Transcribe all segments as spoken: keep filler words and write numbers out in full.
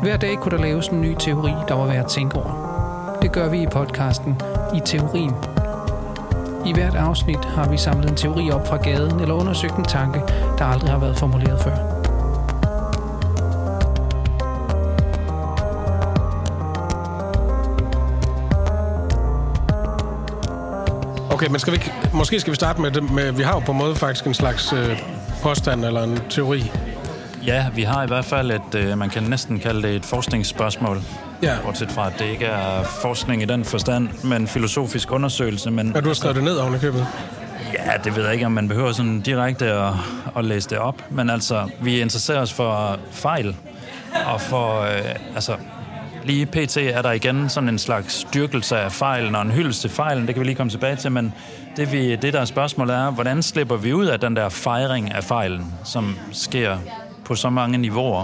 Hver dag kunne der laves en ny teori, der var værd at tænke over. Det gør vi i podcasten I Teorien. I hvert afsnit har vi samlet en teori op fra gaden eller undersøgt en tanke, der aldrig har været formuleret før. Okay, men skal vi, måske skal vi starte med det. Med, vi har jo på en måde faktisk en slags øh, påstand eller en teori. Ja, vi har i hvert fald et, øh, man kan næsten kalde det et forskningsspørgsmål. Ja. Bortset fra, at det ikke er forskning i den forstand, men filosofisk undersøgelse. Men, ja, du har skrevet det ned oven i købet. Ja, det ved jeg ikke, om man behøver sådan direkte at, at læse det op. Men altså, vi interesserer os for fejl. Og for, øh, altså, lige pt. Er der igen sådan en slags styrkelse af fejlen og en hyldest til fejlen. Det kan vi lige komme tilbage til, men det, vi, det der spørgsmål er, hvordan slipper vi ud af den der fejring af fejlen, som sker på så mange niveauer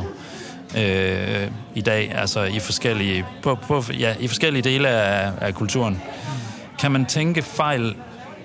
øh, i dag, altså i forskellige, på, på, ja, i forskellige dele af, af kulturen. Kan man tænke fejl,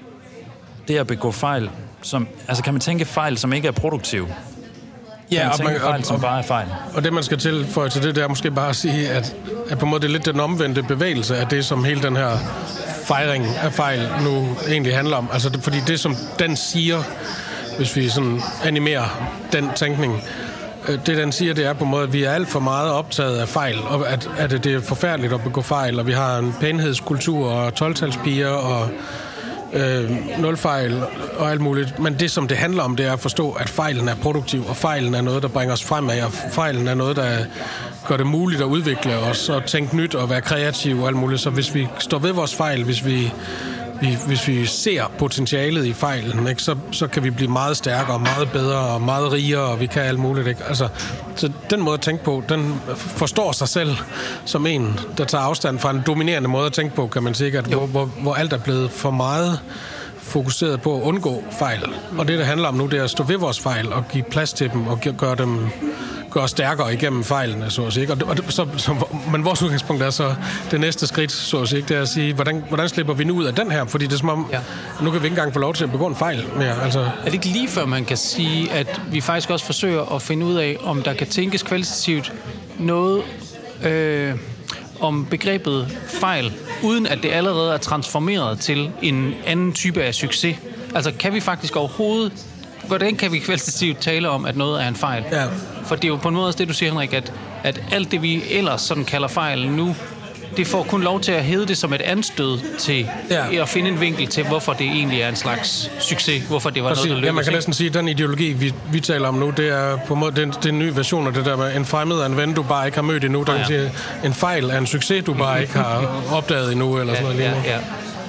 det at begå fejl, som, altså kan man tænke fejl, som ikke er produktiv? Ja, man og, man, fejl, og, som bare er fejl. Og det, man skal tilføje til det, det er måske bare at sige, at, at på en måde det er lidt den omvendte bevægelse af det, som hele den her fejring af fejl nu egentlig handler om. Altså, det, fordi det, som den siger, hvis vi sådan animerer den tænkning, det, den siger, det er på en måde, at vi er alt for meget optaget af fejl, og at, at det er forfærdeligt at begå fejl, og vi har en pænhedskultur og tolv-talspiger og Øh, nulfejl og alt muligt. Men det, som det handler om, det er at forstå, at fejlen er produktiv, og fejlen er noget, der bringer os fremad, og fejlen er noget, der gør det muligt at udvikle os, og tænke nyt, og være kreativ og alt muligt. Så hvis vi står ved vores fejl, hvis vi, vi, hvis vi ser potentialet i fejlen, ikke, så, så kan vi blive meget stærkere, meget bedre, og meget rigere, og vi kan alt muligt. Ikke? Altså, så den måde at tænke på, den forstår sig selv som en, der tager afstand fra en dominerende måde at tænke på, kan man sige, at hvor, hvor, hvor alt er blevet for meget fokuseret på at undgå fejl. Og det, der handler om nu, det er at stå ved vores fejl og give plads til dem og gøre dem gøre stærkere igennem fejlene, så at sige. Og det, så, så, men vores udgangspunkt er så det næste skridt, så at sige, det er at sige, hvordan, hvordan slipper vi nu ud af den her? Fordi det er som om, ja. Nu kan vi ikke engang få lov til at begå en fejl mere. Altså. Er det ikke lige før, man kan sige, at vi faktisk også forsøger at finde ud af, om der kan tænkes kvalitativt noget øh, om begrebet fejl, uden at det allerede er transformeret til en anden type af succes? Altså, kan vi faktisk overhovedet hvordan kan vi kvalitativt tale om, at noget er en fejl? Ja. For det er jo på en måde også det, du siger, Henrik, at, at alt det, vi ellers sådan kalder fejl nu, det får kun lov til at hedde det som et anstød til ja. At finde en vinkel til, hvorfor det egentlig er en slags succes, hvorfor det var Præcis. Noget, der lykkedes. Ja, man kan næsten sige, at den ideologi, vi, vi taler om nu, det er på en måde det er, det er en ny version af det der med en fremmed af en ven, du bare ikke har mødt endnu. Der ja, ja. Siger, en fejl af en succes, du bare ikke har opdaget endnu, eller ja, sådan noget. Ja, ja.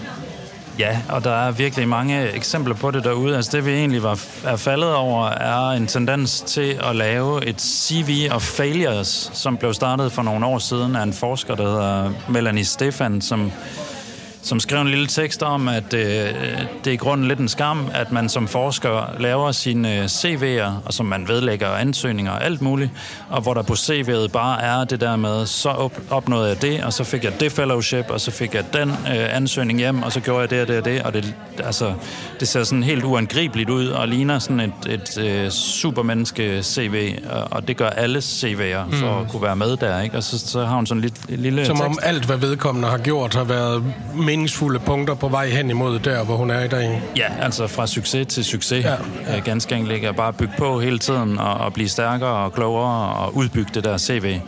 Ja, og der er virkelig mange eksempler på det derude. Altså det, vi egentlig var er faldet over, er en tendens til at lave et C V of failures, som blev startet for nogle år siden af en forsker, der hedder Melanie Stephan, som, som skrev en lille tekst om, at øh, det er i grunden lidt en skam, at man som forsker laver sine C V'er, og som man vedlægger ansøgninger og alt muligt, og hvor der på C V'et bare er det der med, så op, opnåede jeg det, og så fik jeg det fellowship, og så fik jeg den øh, ansøgning hjem, og så gjorde jeg det og det og det, og det, altså, det ser sådan helt uangribeligt ud, og ligner sådan et, et øh, supermenneske-C V, og, og det gør alle C V'er for mm. at kunne være med der, ikke? Og så, så har hun sådan lidt et lille som tekst. om alt, hvad vedkommende har gjort, har været meningsfulde punkter på vej hen imod der, hvor hun er i dag. Ja, altså fra succes til succes. Ja, ja. Øh, ganske enkelt ikke at bare bygge på hele tiden og, og blive stærkere og klogere og udbygge det der C V.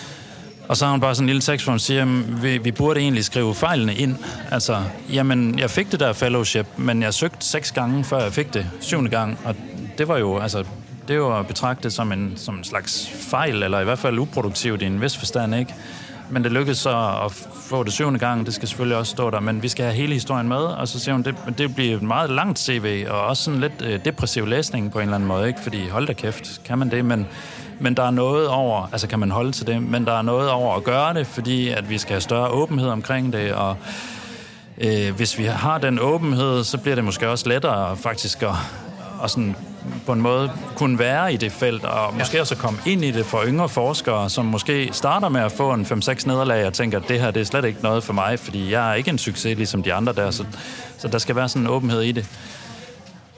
Og så har hun bare sådan en lille tekst, hvor hun siger, at vi, vi burde egentlig skrive fejlene ind. Altså, jamen, jeg fik det der fellowship, men jeg søgte seks gange, før jeg fik det syvende gang. Og det var jo, altså, det var betragtet som en, som en slags fejl, eller i hvert fald uproduktivt i en vis forstand, ikke? Men det lykkedes så at få det syvende gang, det skal selvfølgelig også stå der, men vi skal have hele historien med, og så siger hun, det, det bliver et meget langt C V, og også sådan lidt øh, depressiv læsning på en eller anden måde, ikke? Fordi hold da kæft, kan man det, men, men der er noget over, altså kan man holde til det, men der er noget over at gøre det, fordi at vi skal have større åbenhed omkring det, og øh, hvis vi har den åbenhed, så bliver det måske også lettere faktisk at, at sådan på en måde kunne være i det felt, og måske ja. Også komme ind i det for yngre forskere, som måske starter med at få en fem seks nederlag og tænker, at det her det er slet ikke noget for mig, fordi jeg er ikke en succes ligesom de andre der, så, så der skal være sådan en åbenhed i det.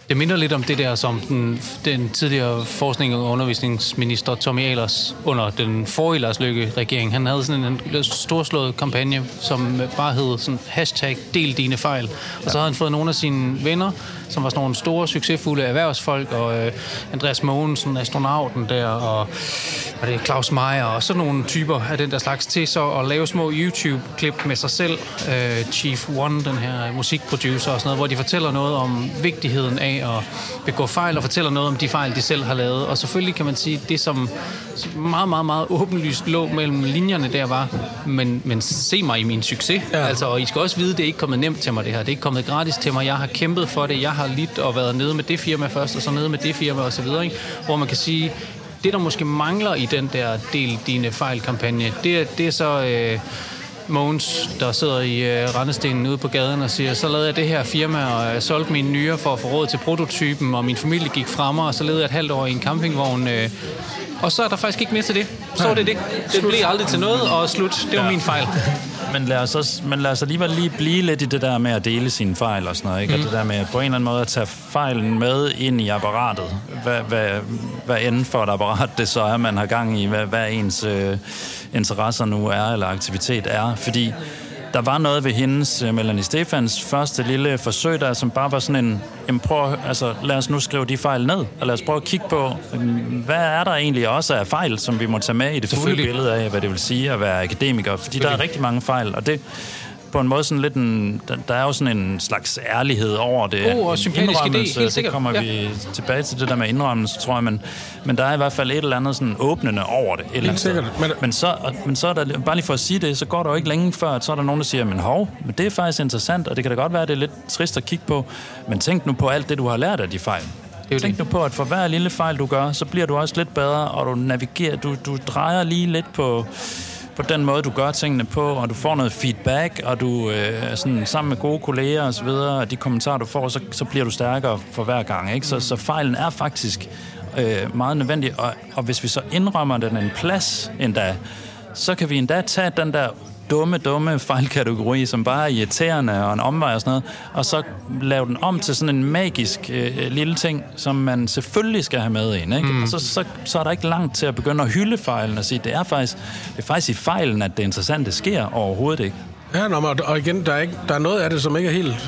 Det minder lidt om det der, som den, den tidligere forskning- og undervisningsminister Tommy Ahlers under den forrige Lars Løkke-regering. Han havde sådan en storslået kampagne, som bare hed sådan hashtag del dine fejl. Og så havde han fået nogle af sine venner, som var sådan nogle store, succesfulde erhvervsfolk, og øh, Andreas Mogensen, astronauten der, og var det Claus Meyer, og sådan nogle typer af den der slags, til så at lave små YouTube-klip med sig selv. Øh, Chief One, den her musikproducer og sådan noget, hvor de fortæller noget om vigtigheden af at begå fejl, og fortæller noget om de fejl, de selv har lavet. Og selvfølgelig kan man sige, det som meget, meget, meget åbenlyst lå mellem linjerne der var, men, men se mig i min succes. Ja. Altså, og I skal også vide, det er ikke kommet nemt til mig, det her. Det er ikke kommet gratis til mig. Jeg har kæmpet for det. Jeg har lidt og været nede med det firma først, og så nede med det firma og så videre, ikke? Hvor man kan sige, det der måske mangler i den der del dine fejl-kampagne, det er, det er så øh, Mogens, der sidder i øh, rendestenen ude på gaden og siger, så lavede jeg det her firma, og jeg solgte mine nyrer for at få råd til prototypen, og min familie gik frem, og så levede jeg et halvt år i en campingvogn. Øh, og så er der faktisk ikke mere til det. Så var det det. Det blev aldrig til noget, og slut. Det var ja. min fejl. Men lad, os også, men lad os alligevel lige blive lidt i det der med at dele sine fejl og sådan noget, ikke? Mm. Og det der med på en eller anden måde at tage fejlen med ind i apparatet. Hvad, hvad, hvad end for et apparat det så er, man har gang i, hvad, hvad ens øh, interesser nu er, eller aktivitet er. Fordi der var noget ved hendes, Melanie Stefans, første lille forsøg der, som bare var sådan en, jamen prøv, altså lad os nu skrive de fejl ned, og lad os prøve at kigge på, hvad er der egentlig også af fejl, som vi må tage med i det fulde billede af, hvad det vil sige at være akademiker, fordi der er rigtig mange fejl, og det på en måde sådan lidt en, der er jo sådan en slags ærlighed over det. Oh, og sympatisk idé, helt sikkert. Det kommer ja. vi tilbage til det der med indrømmelse, tror jeg, men, men der er i hvert fald et eller andet sådan åbnende over det. Helt sikkert. Men, men, så, men så er der, bare lige for at sige det, så går der jo ikke længe før, at så er der nogen, der siger, men hov, men det er faktisk interessant, og det kan da godt være, at det er lidt trist at kigge på, men tænk nu på alt det, du har lært af de fejl. Tænk nu på, at for hver lille fejl, du gør, så bliver du også lidt bedre, og du navigerer, du, du drejer lige lidt på på den måde, du gør tingene på, og du får noget feedback, og du øh, sådan, sammen med gode kolleger og så videre, og de kommentarer, du får, så, så bliver du stærkere for hver gang, ikke? Så, så fejlen er faktisk øh, meget nødvendig, og, og hvis vi så indrømmer den en plads endda, så kan vi endda tage den der dumme, dumme fejlkategori, som bare er irriterende og en omvej og sådan noget, og så lave den om til sådan en magisk øh, lille ting, som man selvfølgelig skal have med ind, ikke? Mm. Og så, så, så er der ikke langt til at begynde at hylde fejlen og sige, det er faktisk, det er faktisk i fejlen, at det interessante sker overhovedet ikke. Ja, nå, og igen, der er, ikke, der er noget af det, som ikke er helt,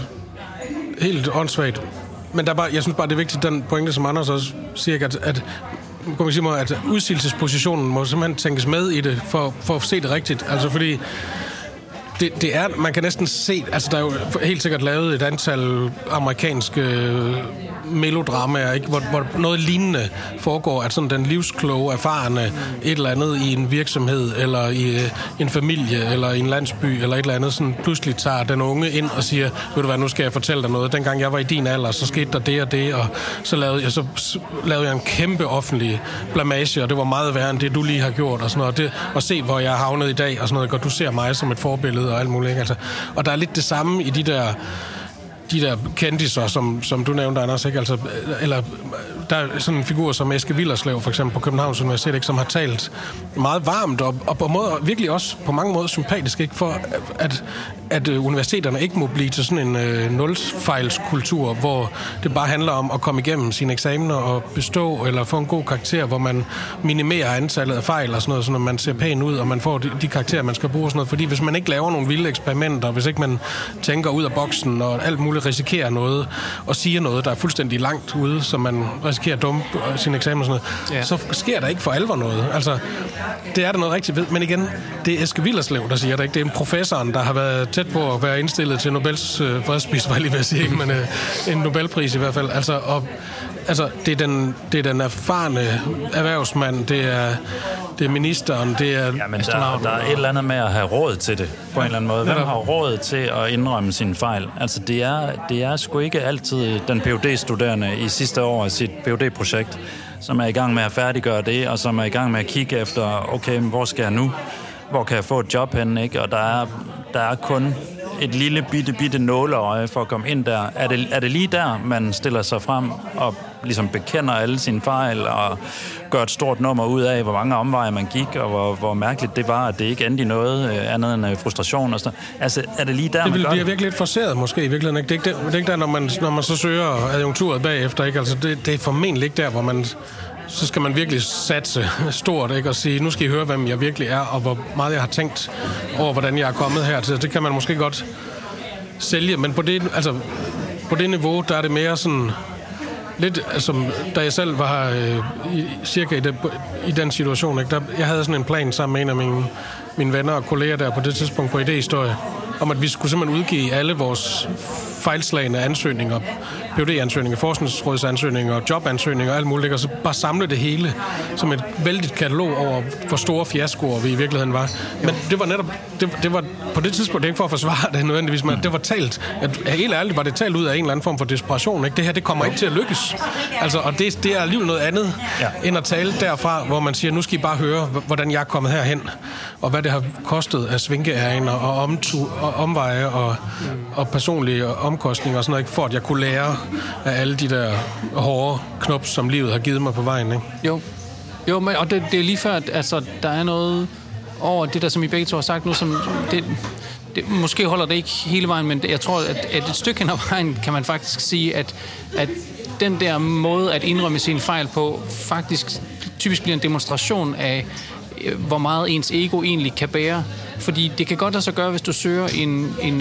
helt åndssvagt. Men der er bare, jeg synes bare, det er vigtigt, den pointe, som Anders også siger, at, at kan man sige, at udsigelsespositionen må simpelthen tænkes med i det, for, for at se det rigtigt. Altså fordi det, det er, man kan næsten se, altså der er jo helt sikkert lavet et antal amerikanske melodramaer, ikke? Hvor, hvor noget lignende foregår, at sådan den livskloge, erfarne et eller andet i en virksomhed, eller i en familie, eller i en landsby, eller et eller andet, sådan pludselig tager den unge ind og siger, ved du hvad, nu skal jeg fortælle dig noget. Dengang jeg var i din alder, så skete der det og det, og så lavede jeg, så lavede jeg en kæmpe offentlig blamage, og det var meget værre end det, du lige har gjort, og sådan noget. Det, og se, hvor jeg er havnet i dag, og sådan noget, og du ser mig som et forbillede, og alt muligt, altså. Og der er lidt det samme i de der de der kendiser, som, som du nævnte, Anders, ikke? Altså, eller der er sådan en figur som Eske Willerslev, for eksempel på Københavns Universitet, ikke? Som har talt meget varmt, og, og på måde, virkelig også på mange måder sympatisk, ikke? For at, at universiteterne ikke må blive til sådan en øh, nulfejlskultur, hvor det bare handler om at komme igennem sine eksamener og bestå, eller få en god karakter, hvor man minimerer antallet af fejl og sådan noget, så når man ser pæn ud, og man får de, de karakterer, man skal bruge og sådan noget. Fordi hvis man ikke laver nogle vilde eksperimenter, hvis ikke man tænker ud af boksen og alt muligt risikerer noget, og siger noget, der er fuldstændig langt ude, så man risikerer at dumpe sine eksamener og sådan noget, ja. Så sker der ikke for alvor noget. Altså, det er der noget rigtigt ved. Men igen, det er Eske Willerslev, der siger det, ikke? Det er en professoren, der har været tæt på at være indstillet til Nobels øh, fredspris, var jeg lige ved at sige, men øh, en Nobelpris i hvert fald. Altså, og, altså det, er den, det er den erfarne erhvervsmand, det er, det er ministeren, det er... Ja, men der, der er et eller andet med at have råd til det, på en eller anden måde. Hvem har råd til at indrømme sine fejl? Altså, det er, det er sgu ikke altid den P H D-studerende i sidste år af sit P H D-projekt, som er i gang med at færdiggøre det, og som er i gang med at kigge efter, okay, hvor skal jeg nu? Hvor kan jeg få et job henne, ikke? Og der er, der er kun et lille bitte, bitte nåleøje for at komme ind der. Er det, er det lige der, man stiller sig frem og ligesom bekender alle sine fejl og gør et stort nummer ud af, hvor mange omveje man gik, og hvor, hvor mærkeligt det var, at det ikke endte i noget øh, andet end øh, frustration og sådan. Altså, er det lige der, det vil, man gør det? Det er virkelig lidt forceret måske i virkeligheden. Ikke? Det, er ikke der, det er ikke der, når man, når man så søger adjunkturet bagefter. Ikke? Altså, det, det er formentlig ikke der, hvor man... Så skal man virkelig satse stort, ikke? Og sige, nu skal I høre, hvem jeg virkelig er, og hvor meget jeg har tænkt over, hvordan jeg er kommet hertil. Det kan man måske godt sælge, men på det, altså, på det niveau, der er det mere sådan... Lidt, altså, da jeg selv var øh, i, cirka i, det, i den situation, ikke? Der, jeg havde sådan en plan sammen med en af mine, mine venner og kolleger der på det tidspunkt på idéhistorie, om at vi skulle simpelthen udgive alle vores fejlslagende ansøgninger, P H D-ansøgninger, forskningsrådsansøgninger, jobansøgninger og alt muligt, og så bare samle det hele som et vældigt katalog over, hvor store fiaskoer vi i virkeligheden var. Men det var netop, det, det var på det tidspunkt, det er ikke for at forsvare det nødvendigvis, men det var talt, at helt ærligt var det talt ud af en eller anden form for desperation, ikke? Det her, det kommer ikke til at lykkes. Altså, og det, det er alligevel noget andet, ja. End at tale derfra, hvor man siger, nu skal I bare høre, hvordan jeg er kommet herhen, og hvad det har kostet af svinkeæringer og, omtu, og omveje og, og personlige omkostninger og sådan noget, for at jeg kunne lære af alle de der hårde knops, som livet har givet mig på vejen, ikke? Jo, jo men, og det, det er lige før, at altså, der er noget over det der, som I begge to har sagt nu, som det, det, måske holder det ikke hele vejen, men det, jeg tror, at, at et stykke hen ad vejen kan man faktisk sige, at, at den der måde at indrømme sine fejl på, faktisk typisk bliver en demonstration af, hvor meget ens ego egentlig kan bære. Fordi det kan godt lade sig gøre, hvis du søger en, en,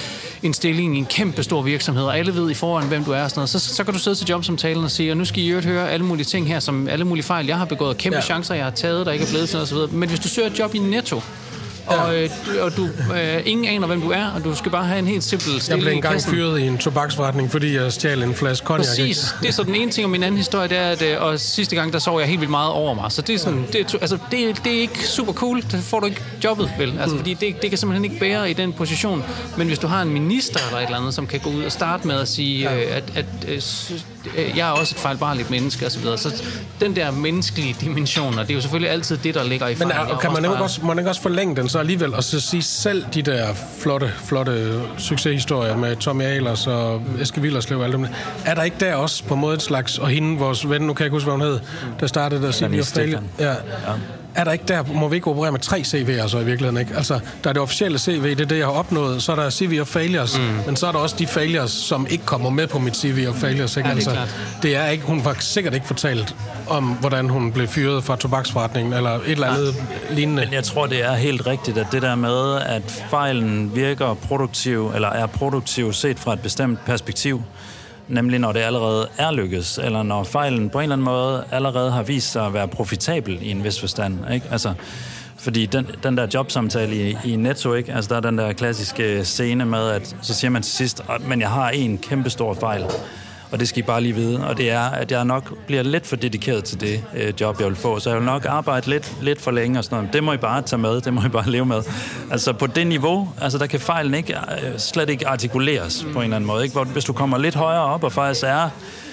en stilling i en kæmpe stor virksomhed, og alle ved i forhånd, hvem du er og sådan noget, så, så kan du sidde til jobsamtalen og sige, og nu skal I jo høre alle mulige ting her, som alle mulige fejl, jeg har begået, kæmpe ja. chancer, jeg har taget, der ikke er blevet til noget osv. Men hvis du søger et job i Netto, og, øh, og du øh, ingen aner, hvem du er, og du skal bare have en helt simpel stilling. Jeg blev engang kassen. fyret i en tobaksforretning, fordi jeg stjal en flaske cognac. Præcis. Det er så den ene ting, og min anden historie, det er, at øh, og sidste gang, der sov jeg helt vildt meget over mig. Så det er sådan, det er, altså, det, det er ikke super cool. Det får du ikke jobbet, vel? Altså, mm. fordi det, det kan simpelthen ikke bære i den position. Men hvis du har en minister eller et eller andet, som kan gå ud og starte med at sige, ja. øh, at, at øh, jeg er også et fejlbarligt menneske, og så videre. Så den der menneskelige dimension, og det er jo selvfølgelig altid det, der ligger i fejl. Men er, kan man ikke også, man ikke også forlænge den så alligevel, og så sige selv de der flotte, flotte succeshistorier med Tommy Ahlers og Eske Willerslev og alt det. Er der ikke der også på en måde et slags, og hende, vores ven, nu kan jeg ikke huske, hvad hun hed, der startede der C V of Failure. Ja. Er der ikke der, må vi ikke operere med tre C V'er så i virkeligheden, ikke? Altså, der er det officielle C V, det er det, jeg har opnået, så er der C V of Failures, mm. men så er der også de failures, som ikke kommer med på mit C V of Failures, ikke? Ja, det er altså, det er ikke, hun var sikkert ikke fortalt om, hvordan hun blev fyret fra tobaksforretningen, eller et eller andet ja. lignende. Men jeg tror, det er helt rigtigt, at det der med, at fejlen virker produktiv, eller er produktiv set fra et bestemt perspektiv, nemlig når det allerede er lykkes, eller når fejlen på en eller anden måde allerede har vist sig at være profitabel i en vis forstand, ikke? Altså, fordi den, den der jobsamtale i, i Netto, ikke? Altså, der er den der klassiske scene med, at så siger man til sidst, men jeg har en kæmpe stor fejl, og det skal I bare lige vide, og det er, at jeg nok bliver lidt for dedikeret til det øh, job, jeg vil få, så jeg vil nok arbejde lidt, lidt for længe og sådan noget. Det må I bare tage med, det må I bare leve med. Altså på det niveau, altså der kan fejlen ikke, øh, slet ikke artikuleres på en eller anden måde, ikke? Hvor, hvis du kommer lidt højere op og faktisk er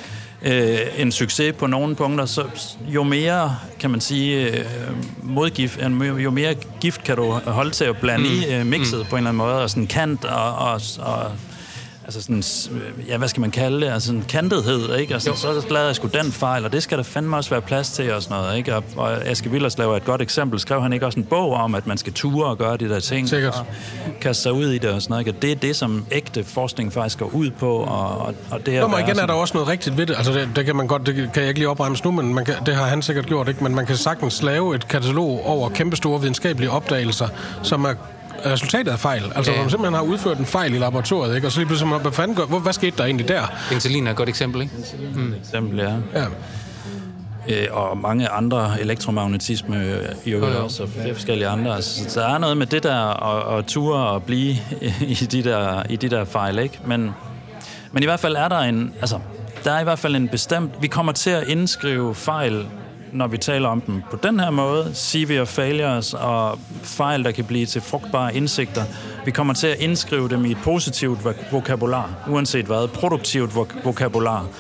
øh, en succes på nogle punkter, så jo mere, kan man sige, øh, modgift, jo mere gift kan du holde til at blande mm. i øh, mixet mm. på en eller anden måde, og sådan kant og, og, og altså sådan, ja, hvad skal man kalde det? Altså en kantethed, ikke? Altså, så lavede jeg sgu den fejl, og det skal der fandme også være plads til og sådan noget, ikke? Og, og Eske Willerslev er et godt eksempel. Skrev han ikke også en bog om, at man skal ture og gøre de der ting? Sikkert. Og kaste sig ud i det og sådan noget, ikke? Og det er det, som ægte forskning faktisk går ud på, og, og, og det er... Nå, igen sådan... er der også noget rigtigt ved det. Altså, det, det kan man godt, det kan jeg ikke lige opremse nu, men man kan, det har han sikkert gjort, ikke? Men man kan sagtens lave et katalog over kæmpestore videnskabelige opdagelser, som er resultatet af fejl. Altså, ja. Man simpelthen har udført en fejl i laboratoriet, ikke? Og så lige pludselig, hvad fanden gør, hvad skete der egentlig der? Penicillin er et godt eksempel, ikke? Mm. Et eksempel, ja. ja. Øh, og mange andre elektromagnetisme øh, i øvrigt også, og flere forskellige andre. Så der er noget med det der at, at ture og blive i de der, i de der fejl, ikke? Men, men i hvert fald er der en... Altså, der er i hvert fald en bestemt... Vi kommer til at indskrive fejl, når vi taler om dem på den her måde, C V of failures og fejl, der kan blive til frugtbare indsigter. Vi kommer til at indskrive dem i et positivt vokabular, uanset hvad, produktivt vokabular.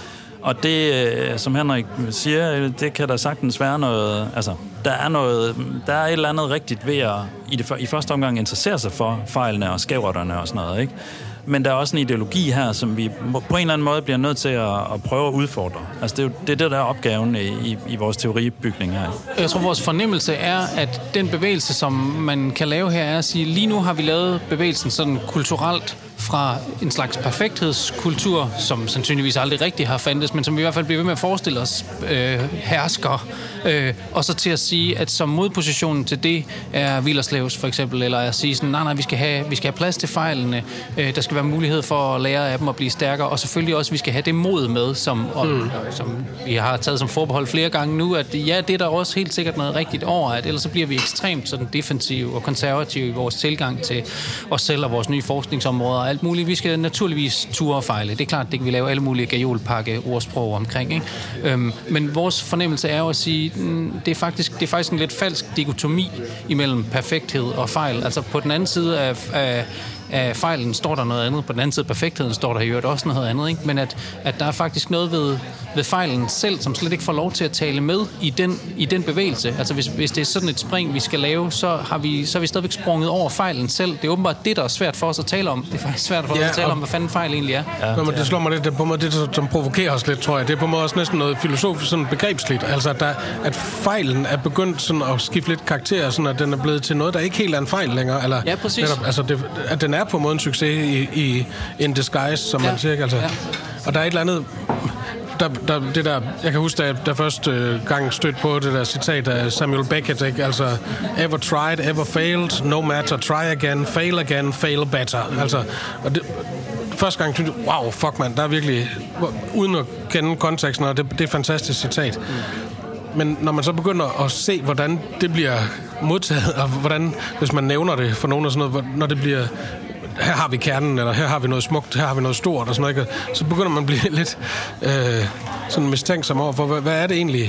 Og det, som Henrik siger, det kan der sagtens være noget... Altså, der er noget... Der er et eller andet rigtigt ved at i, det, i første omgang interessere sig for fejlene og skævretterne og sådan noget, ikke? Men der er også en ideologi her, som vi på en eller anden måde bliver nødt til at, at prøve at udfordre. Altså, det er jo det, der er opgaven i, i vores teoribygning her. Jeg tror, vores fornemmelse er, at den bevægelse, som man kan lave her, er at sige, lige nu har vi lavet bevægelsen sådan kulturelt fra en slags perfekthedskultur, som sandsynligvis aldrig rigtig har fandtes, men som vi i hvert fald bliver ved med at forestille os øh, hersker. Øh, og så til at sige, at som modpositionen til det er Willerslev for eksempel, eller at sige sådan, nej, nej, vi skal have, vi skal have plads til fejlene, øh, der skal være mulighed for at lære af dem og blive stærkere, og selvfølgelig også, vi skal have det mod med, som, og, mm. som vi har taget som forbehold flere gange nu, at ja, det er der også helt sikkert noget rigtigt over, at ellers så bliver vi ekstremt sådan defensive og konservative i vores tilgang til os selv og vores nye forskningsområder og alt muligt. Vi skal naturligvis ture og fejle. Det er klart, det kan vi lave alle mulige gajolpakke ordsprog omkring, ikke? Øhm, men vores fornemmelse er jo at sige, det er faktisk, det er faktisk en lidt falsk dikotomi imellem perfekthed og fejl. Altså på den anden side af, af af fejlen står der noget andet, på den anden side af perfektheden står der i øvrigt også noget andet, ikke? Men at, at der er faktisk noget ved, ved fejlen selv, som slet ikke får lov til at tale med i den, i den bevægelse. Altså hvis, hvis det er sådan et spring, vi skal lave, så har vi, så har vi stadigvæk sprunget over fejlen selv. Det er åbenbart det, der er svært for os at tale om. Det er faktisk svært for os ja, at tale om, hvad fanden fejl egentlig er. Ja, men det slår mig lidt, det er på en måde det, som provokerer os lidt, tror jeg. Det er på en måde også næsten noget filosofisk, sådan begrebsligt. Altså at, der, at fejlen er begyndt sådan at skifte lidt karakter, sådan at den er blevet til noget, der ikke helt er en fejl længere. Eller, ja, præcis. Netop, altså det, at den er på en måde en succes i, i in disguise, som ja. man siger. Altså. Ja. Og der er et eller andet... Der, der, det der, jeg kan huske, da jeg der første øh, gang stødte på det der citat af Samuel Beckett, ikke? Altså, ever tried, ever failed, no matter, try again, fail again, fail better. Altså, og det, første gang synes jeg, wow, fuck man, der er virkelig, uden at kende konteksten, og det, det er et fantastisk citat. Mm. Men når man så begynder at se, hvordan det bliver modtaget, og hvordan, hvis man nævner det for nogen og sådan noget, når det bliver... her har vi kernen, eller her har vi noget smukt, her har vi noget stort, og sådan noget, så begynder man at blive lidt øh, sådan mistænksom over, for hvad, hvad er det egentlig,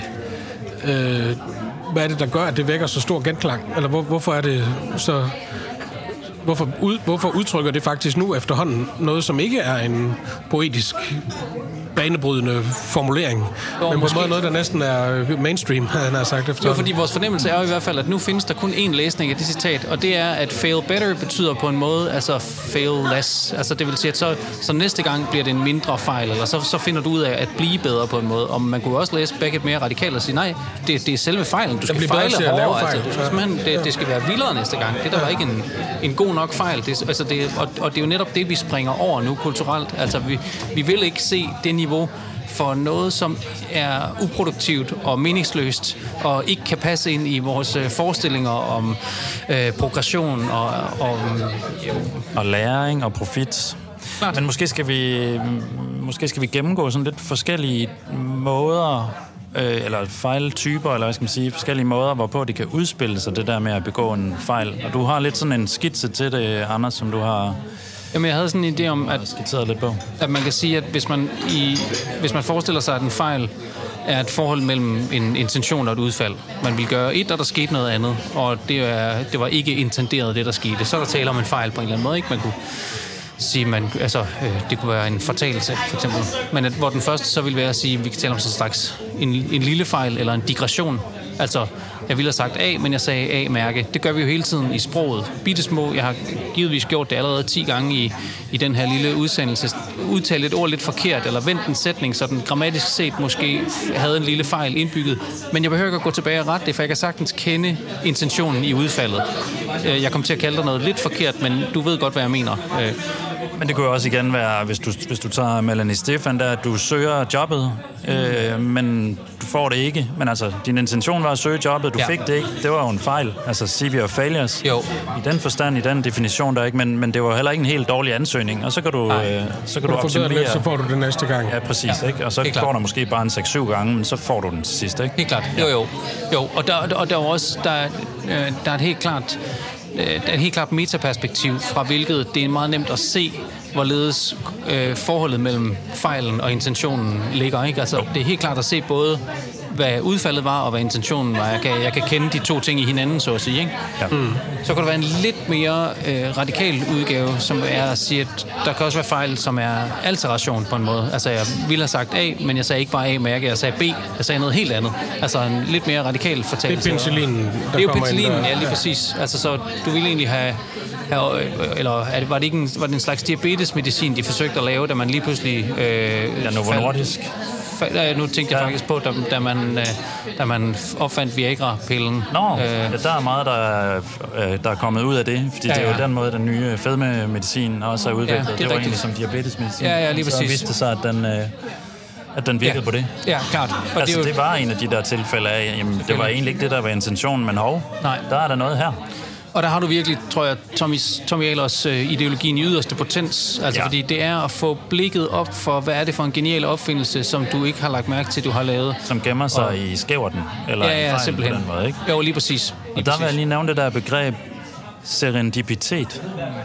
øh, hvad er det, der gør, at det vækker så stor genklang? Eller hvor, hvorfor er det så... Hvorfor, ud, hvorfor udtrykker det faktisk nu efterhånden noget, som ikke er en poetisk banebrydende formulering, jo, men på en måde noget, der næsten er mainstream, havde han sagt efterhånden. Jo, fordi vores fornemmelse er jo i hvert fald, at nu findes der kun én læsning af det citat, og det er, at fail better betyder på en måde, altså fail less. Altså det vil sige, at så, så næste gang bliver det en mindre fejl, eller så, så finder du ud af at blive bedre på en måde. Og man kunne også læse Beckett mere radikalt og sige, nej, det, det er selve fejlen. Du skal fejle hårdere. Altså, du skal simpelthen, det, det skal være vildere næste gang. Det der var ikke en, en god nok fejl. Det, altså det, og, og det er jo netop det, vi springer over nu kulturelt. Altså vi, vi vil ikke se det niveau for noget, som er uproduktivt og meningsløst, og ikke kan passe ind i vores øh, forestillinger om øh, progression og om øh, og læring og profit. Klart. Men måske skal vi måske skal vi gennemgå sådan lidt forskellige måder, øh, eller fejltyper, eller hvad skal man sige, forskellige måder, hvorpå det kan udspille sig, det der med at begå en fejl. Og du har lidt sådan en skitse til det, Anders, som du har... Jamen, jeg havde sådan en idé om, at, lidt på. at man kan sige, at hvis man, i, hvis man forestiller sig, at en fejl er et forhold mellem en intention og et udfald. Man vil gøre et, og der skete noget andet, og det, er, det var ikke intenderet, det der skete. Så er der tale om en fejl på en eller anden måde, ikke? Man kunne sige, man, altså, øh, det kunne være en fortalelse, for eksempel. Men at, hvor den første så ville være at sige, at vi kan tale om sådan en slags en, en lille fejl, eller en digression. Altså, jeg ville have sagt A, men jeg sagde A-mærke. Det gør vi jo hele tiden i sproget. Bittesmå, jeg har givetvis gjort det allerede ti gange i, i den her lille udsendelse. Udtalt et ord lidt forkert, eller vendt en sætning, så den grammatisk set måske havde en lille fejl indbygget. Men jeg behøver ikke at gå tilbage og rette det, for jeg kan sagtens kende intentionen i udfaldet. Jeg kom til at kalde dig noget lidt forkert, men du ved godt, hvad jeg mener. Men det kunne jo også igen være, hvis du, hvis du tager Melanie Stephan, der at du søger jobbet, øh, men du får det ikke. Men altså, din intention var at søge jobbet, du ja. fik det ikke. Det var jo en fejl. Altså, severe failures. Jo. I den forstand, i den definition der ikke, men, men det var heller ikke en helt dårlig ansøgning. Og så kan du, øh, så kan du optimere. Lidt, så får du det næste gang. Ja, præcis. Ja. Ikke? Og så går der måske bare en seks syv gange, men så får du den til sidst, ikke? Helt klart. Jo, jo. jo. Og, der, og der er også, der, øh, der er et helt klart... Der er et helt klart metaperspektiv, fra hvilket det er meget nemt at se, hvorledes øh, forholdet mellem fejlen og intentionen ligger. Ikke? Altså, det er helt klart at se både, hvad udfaldet var, og hvad intentionen var. Jeg kan, jeg kan kende de to ting i hinanden, så at sige. Ikke? Ja. Mm. Så kan der være en lidt mere øh, radikal udgave, som er at sige, at der kan også være fejl, som er alteration på en måde. Altså, jeg ville have sagt A, men jeg sagde ikke bare A-mærke, jeg sagde B. Jeg sagde noget helt andet. Altså, en lidt mere radikal fortællelse. Det er penicillinen, der Det er jo kommer penicillinen, ind der. ja, lige præcis. Altså, så du ville egentlig have... have eller er det, var, det ikke en, var det en slags diabetesmedicin, de forsøgte at lave, da man lige pludselig... Øh, ja, Novo Nordisk. Nu tænkte jeg faktisk på, da, da, man, da man opfandt Viagra-pillen. Nå, øh, ja, der er meget, der er, der er kommet ud af det, fordi ja, ja. det er jo den måde, den nye fedmemedicin også er udviklet. Ja, det, det var egentlig som diabetesmedicin. Ja, ja, lige præcis. Så viste det sig, at den, at den virkede ja. på det. Ja, klart. Og altså, det, jo... det var en af de der tilfælde af, jamen, det var egentlig ikke det, der var intentionen, men hov, Nej. der er der noget her. Og der har du virkelig, tror jeg, Tommy, Tommy Ahlers øh, ideologien i yderste potens. Altså, ja. Fordi det er at få blikket op for, hvad er det for en genial opfindelse, som du ikke har lagt mærke til, du har lavet. Som gemmer sig og... i skæverten, eller ja, ja, i fejl simpelthen. på den måde, ikke? Jo, lige præcis. Lige og der præcis. vil jeg lige nævne det der begreb serendipitet,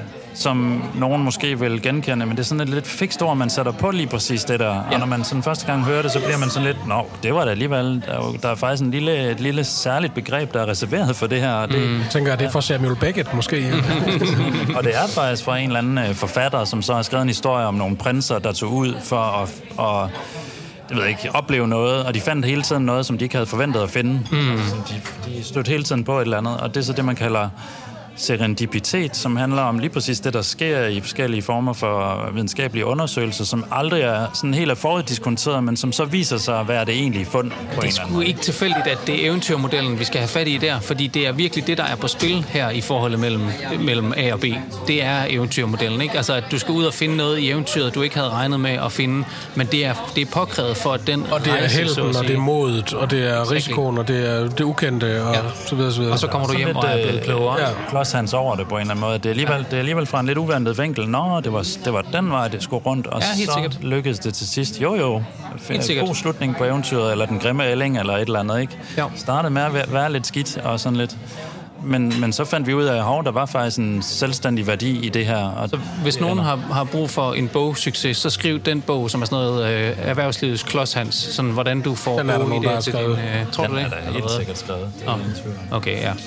som nogen måske vil genkende, men det er sådan et lidt fikst ord, man sætter på lige præcis det der. Ja. Og når man sådan første gang hører det, så bliver man sådan lidt, nå, det var det alligevel. Der er, jo, der er faktisk en lille, et lille særligt begreb, der er reserveret for det her. Og det, mm. Jeg tænker, at det er for Samuel Beckett måske. Og det er faktisk fra en eller anden forfatter, som så har skrevet en historie om nogle prinser, der tog ud for at... at jeg ved ikke, opleve noget, og de fandt hele tiden noget, som de ikke havde forventet at finde. Mm. De, de stødte hele tiden på et eller andet, og det er så det, man kalder serendipitet, som handler om lige præcis det, der sker i forskellige former for videnskabelige undersøgelser, som aldrig er sådan helt foruddiskonteret, men som så viser sig at være det egentlige fund. Det er sgu ikke tilfældigt, at det er eventyrmodellen, vi skal have fat i der, fordi det er virkelig det, der er på spil her i forholdet mellem, mellem A og B. Det er eventyrmodellen, ikke? Altså, at du skal ud og finde noget i eventyret, du ikke havde regnet med at finde, men det er, det er påkrævet for, at den og det er rejse, helten, og det er modet, og det er risikoen, og det er det ukendte, og ja. så videre, så videre. Og så kommer du hjem og er blevet klogere. Ja. Hans over det på en eller anden måde. Det er alligevel, det er alligevel fra en lidt uventet vinkel. Nå, det var, det var den vej, det skulle rundt, og ja, så sikkert. Lykkedes det til sidst. Jo, jo. En god slutning på eventyret, eller den grimme ælling, eller et eller andet, ikke? Jo. Startede med at være lidt skidt, og sådan lidt... Men, men så fandt vi ud af, at der var faktisk en selvstændig værdi i det her. Og så hvis nogen har, har brug for en bogsucces, så skriv den bog, som er sådan noget øh, erhvervslivets klodshans, sådan hvordan du får gode idéer til din... Øh, tror den du det? Den er da helt sikkert skrevet. Oh. Okay, ja.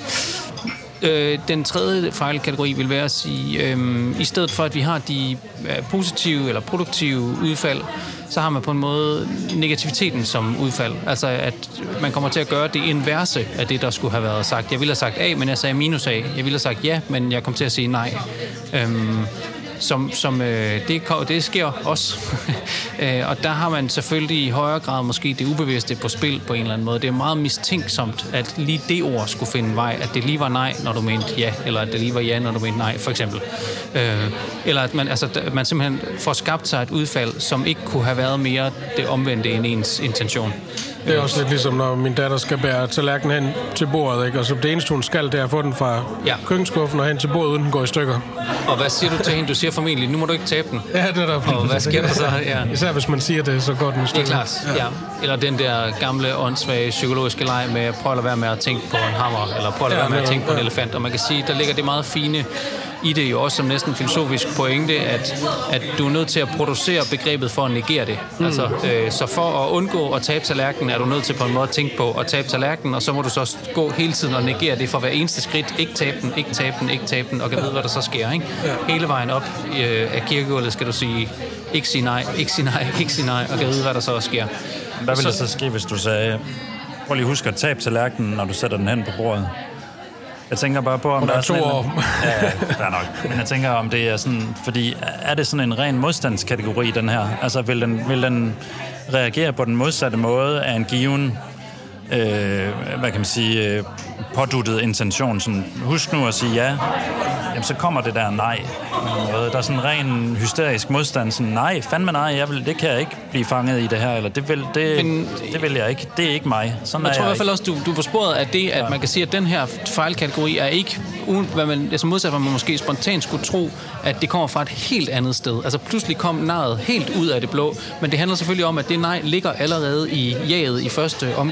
Øh, den tredje fejlkategori vil være at sige, øh, i stedet for at vi har de øh, positive eller produktive udfald, så har man på en måde negativiteten som udfald. Altså at man kommer til at gøre det inverse af det, der skulle have været sagt. Jeg ville have sagt A, men jeg sagde minus A. Jeg ville have sagt ja, men jeg kom til at sige nej. Øhm, som, som øh, det, det sker også. øh, og der har man selvfølgelig i højere grad måske det ubevidste på spil på en eller anden måde. Det er meget mistænksomt, at lige det ord skulle finde vej, at det lige var nej, når du mente ja, eller at det lige var ja, når du mente nej, for eksempel. Øh, eller at man, altså, man simpelthen får skabt sig et udfald, som ikke kunne have været mere det omvendte end ens intention. Det er også lidt ligesom, når min datter skal bære tallerkenen hen til bordet, ikke? Og så det eneste, hun skal, det er at få den fra ja. køkkenskuffen og hen til bordet, uden den går i stykker. Og hvad siger du til hende? Du siger formentlig, nu må du ikke tabe den. Ja, det er der. Og hvad sker der så? Ja. Især hvis man siger det, så går den i stykker. Det er klart, ja. ja. Eller den der gamle, åndssvage psykologiske leg med, prøv at lade være med at tænke på en hammer, eller prøv at lade ja, være med at tænke ja. på en elefant. Og man kan sige, der ligger det meget fine i det jo også som næsten filosofisk pointe, at, at du er nødt til at producere begrebet for at negere det. Mm. Altså, øh, så for at undgå at tabe tallerkenen, er du nødt til på en måde at tænke på at tabe tallerkenen, og så må du så gå hele tiden og negere det for hver eneste skridt. Ikke tabe den, ikke tabe den, ikke tabe den, og kan vide, hvad der så sker. Ikke? Ja. Hele vejen op øh, af kirkegulvet skal du sige, ikke sige nej, ikke sige nej, ikke sige nej, og kan vide, hvad der så sker. Hvad ville det så ske, hvis du sagde, prøv lige husk at tabe tallerkenen, når du sætter den hen på bordet? Jeg tænker bare på, om og der, der er to år. Ja, fair nok. Men jeg tænker, om det er sådan... Fordi er det sådan en ren modstandskategori, den her? Altså, vil den, vil den reagere på den modsatte måde af en given... Øh, hvad kan man sige... Øh, påduttet intention? Sådan, husk nu at sige ja. Jamen, så kommer det der nej. Der er sådan en ren hysterisk modstand. Sådan, nej, fandme nej, jeg vil, det kan jeg ikke blive fanget i det her. Eller det vil, det, Men, det vil jeg ikke. Det er ikke mig. Sådan jeg er tror jeg i hvert fald også, du, du er på sporet af det, at ja. man kan sige, at den her fejlkategori er ikke... Hvad man, altså modsat, hvad man måske spontant skulle tro, at det kommer fra et helt andet sted. Altså pludselig kom nejet helt ud af det blå. Men det handler selvfølgelig om, at det nej ligger allerede i jaget i første omgang. Og det er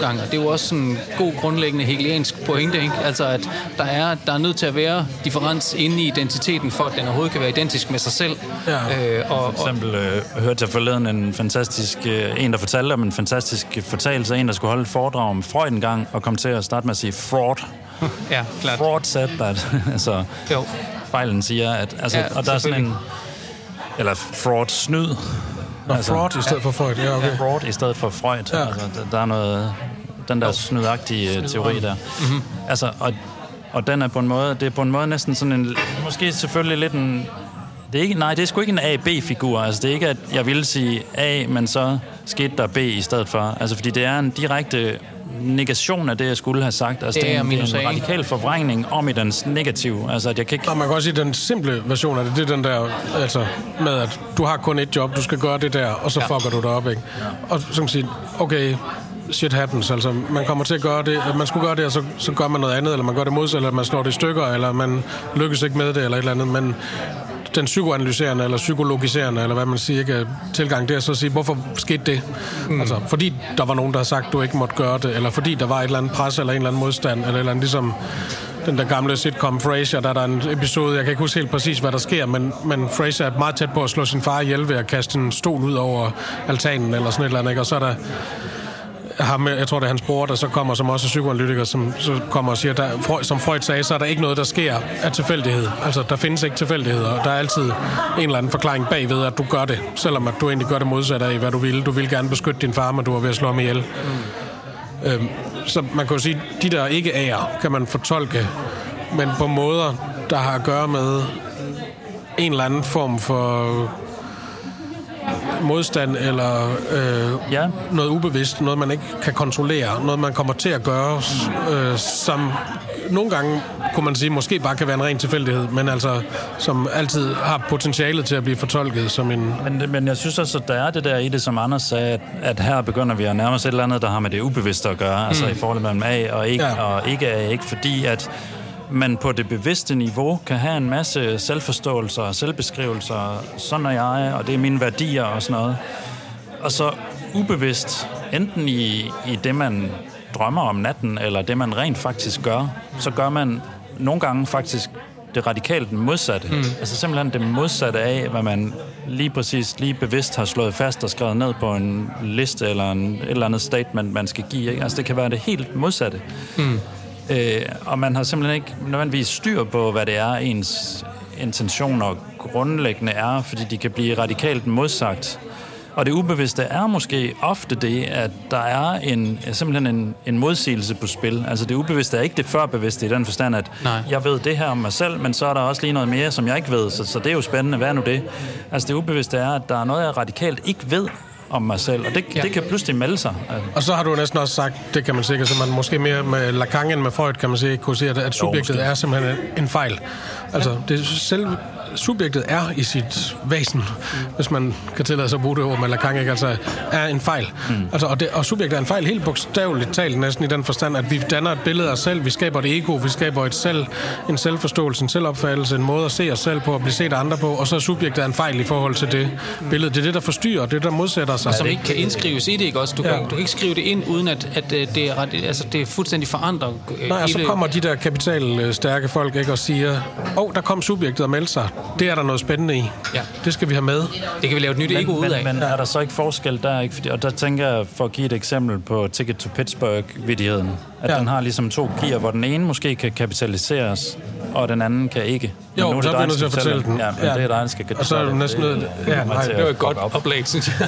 jo også sådan en god grundlæggende hegeliansk pointe, ikke? Altså, at der er, der er nødt til at være differens inde i identiteten, for at den overhovedet kan være identisk med sig selv. Ja. Øh, og, For eksempel øh, hørte jeg forleden en fantastisk, øh, en der fortalte om en fantastisk fortalelse, en der skulle holde et foredrag om Freud en gang, og kom til at starte med at sige fraud. Ja, klart. Fraud said that. altså, jo. Fejlen siger, at... Altså, ja, og der er sådan en... Eller fraud snyd. Nå, altså, fraud i stedet ja. for Freud. Ja, okay. Fraud i stedet for Freud. Ja. Altså, der, der er noget... Den der snydagtige Snyd. teori der. Mm-hmm. Altså, og, og den er på en måde... Det er på en måde næsten sådan en... Måske selvfølgelig lidt en... Det er ikke, nej, det er sgu ikke en A-B-figur. Altså, det er ikke, at jeg ville sige A, men så skete der B i stedet for. Altså, fordi det er en direkte negation af det, jeg skulle have sagt. Altså, det, det er en, en radikal forvrængning om i dens negativ. Altså, at jeg kan ikke... Og man kan også sige, at den simple version af det, det er den der, altså, med at du har kun et job, du skal gøre det der, og så ja. fucker du det op, ikke? Ja. Og så kan man sige, okay, shit happens, altså, man kommer til at gøre det, man skulle gøre det, og så, så gør man noget andet, eller man gør det modsat, eller man slår det i stykker, eller man lykkes ikke med det, eller et eller andet, men den psykoanalyserende eller psykologiserende, eller hvad man siger, ikke, tilgang, det er så at sige, hvorfor skete det? Mm. Altså, fordi der var nogen, der har sagt, du ikke måtte gøre det, eller fordi der var et eller andet pres, eller en eller anden modstand, eller et eller andet, ligesom den der gamle sitcom Frasier, der er der en episode, jeg kan ikke huske helt præcis, hvad der sker, men, men Frasier er meget tæt på at slå sin far ihjel ved at kaste en stol ud over altanen, eller sådan et eller andet, ikke? Og så er der ham, jeg tror, det er hans bror, der så kommer, som også er psykoanalytiker, som så kommer og siger, der, som Freud sagde, så er der ikke noget, der sker af tilfældighed. Altså, der findes ikke tilfældigheder. Der er altid en eller anden forklaring bagved, at du gør det, selvom at du egentlig gør det modsatte af, hvad du vil. Du vil gerne beskytte din far, men du er ved at slå ham ihjel. Mm. Øhm, så man kan jo sige, de der ikke ærer, kan man fortolke, men på måder, der har at gøre med en eller anden form for modstand eller øh, ja. noget ubevidst, noget man ikke kan kontrollere, noget man kommer til at gøre, øh, som nogle gange, kunne man sige, måske bare kan være en ren tilfældighed, men altså, som altid har potentialet til at blive fortolket som en... Men, men jeg synes også, at der er det der i det, som Anders sagde, at, at her begynder vi at nærme os et eller andet, der har med det ubevidste at gøre, mm. altså i forhold mellem A og ikke, ja. og ikke A, ikke fordi at man på det bevidste niveau kan have en masse selvforståelser og selvbeskrivelser, sådan er jeg, og det er mine værdier og sådan noget. Og så ubevidst, enten i, i det, man drømmer om natten, eller det, man rent faktisk gør, så gør man nogle gange faktisk det radikalt modsatte. Mm. Altså simpelthen det modsatte af, hvad man lige præcis, lige bevidst har slået fast og skrevet ned på en liste, eller en, et eller andet statement, man skal give. Ikke? Altså det kan være det helt modsatte. Mm. Øh, og man har simpelthen ikke nødvendigvis styr på, hvad det er, ens intentioner grundlæggende er, fordi de kan blive radikalt modsagt. Og det ubevidste er måske ofte det, at der er en, simpelthen en, en modsigelse på spil. Altså det ubevidste er ikke det førbevidste i den forstand, at Nej. jeg ved det her om mig selv, men så er der også lige noget mere, som jeg ikke ved, så, så det er jo spændende. Hvad er nu det? Altså det ubevidste er, at der er noget, jeg radikalt ikke ved om mig selv, og det, ja. det kan pludselig melde sig. Og så har du næsten også sagt, det kan man sikkert, så man måske mere med Lacan end med Freud, kan man sige, kunne sige, at, at subjektet jo, er simpelthen en fejl. Altså, det selv subjektet er i sit væsen, mm. hvis man kan tillade sig at bruge det ord med Lacan, ikke? Altså, er en fejl. Mm. Altså, og, det, og subjektet er en fejl helt bogstaveligt talt næsten i den forstand, at vi danner et billede af os selv, vi skaber et ego, vi skaber et selv, en selvforståelse, en selvopfattelse, en måde at se os selv på, at blive set af andre på, og så er subjektet er en fejl i forhold til det mm. billede. Det er det, der forstyrrer, det er det, der modsætter sig. Og som ikke kan indskrives i det, ikke også? Du kan, ja. du kan ikke skrive det ind, uden at, at det, er, altså, det er fuldstændig forandret. Nej, og så det. kommer de der kapitalstærke folk, ikke, og siger, åh, oh, der kom subjektet og meldte sig. Det er der noget spændende i. Ja. Det skal vi have med. Det kan vi lave et nyt men, ego ud af. Men, men er der så ikke forskel der? Ikke? Fordi, og der tænker jeg, for at give et eksempel på Ticket to Pittsburgh-vittigheden, at ja. den har ligesom to gear, hvor den ene måske kan kapitaliseres, og den anden kan ikke. Men jo, nu er det så er vi nødt til at fortælle den. Ja, men ja. det er dig, der skal... Og så er det næsten nødt... Ja, nej, det var et godt oplæg, synes jeg.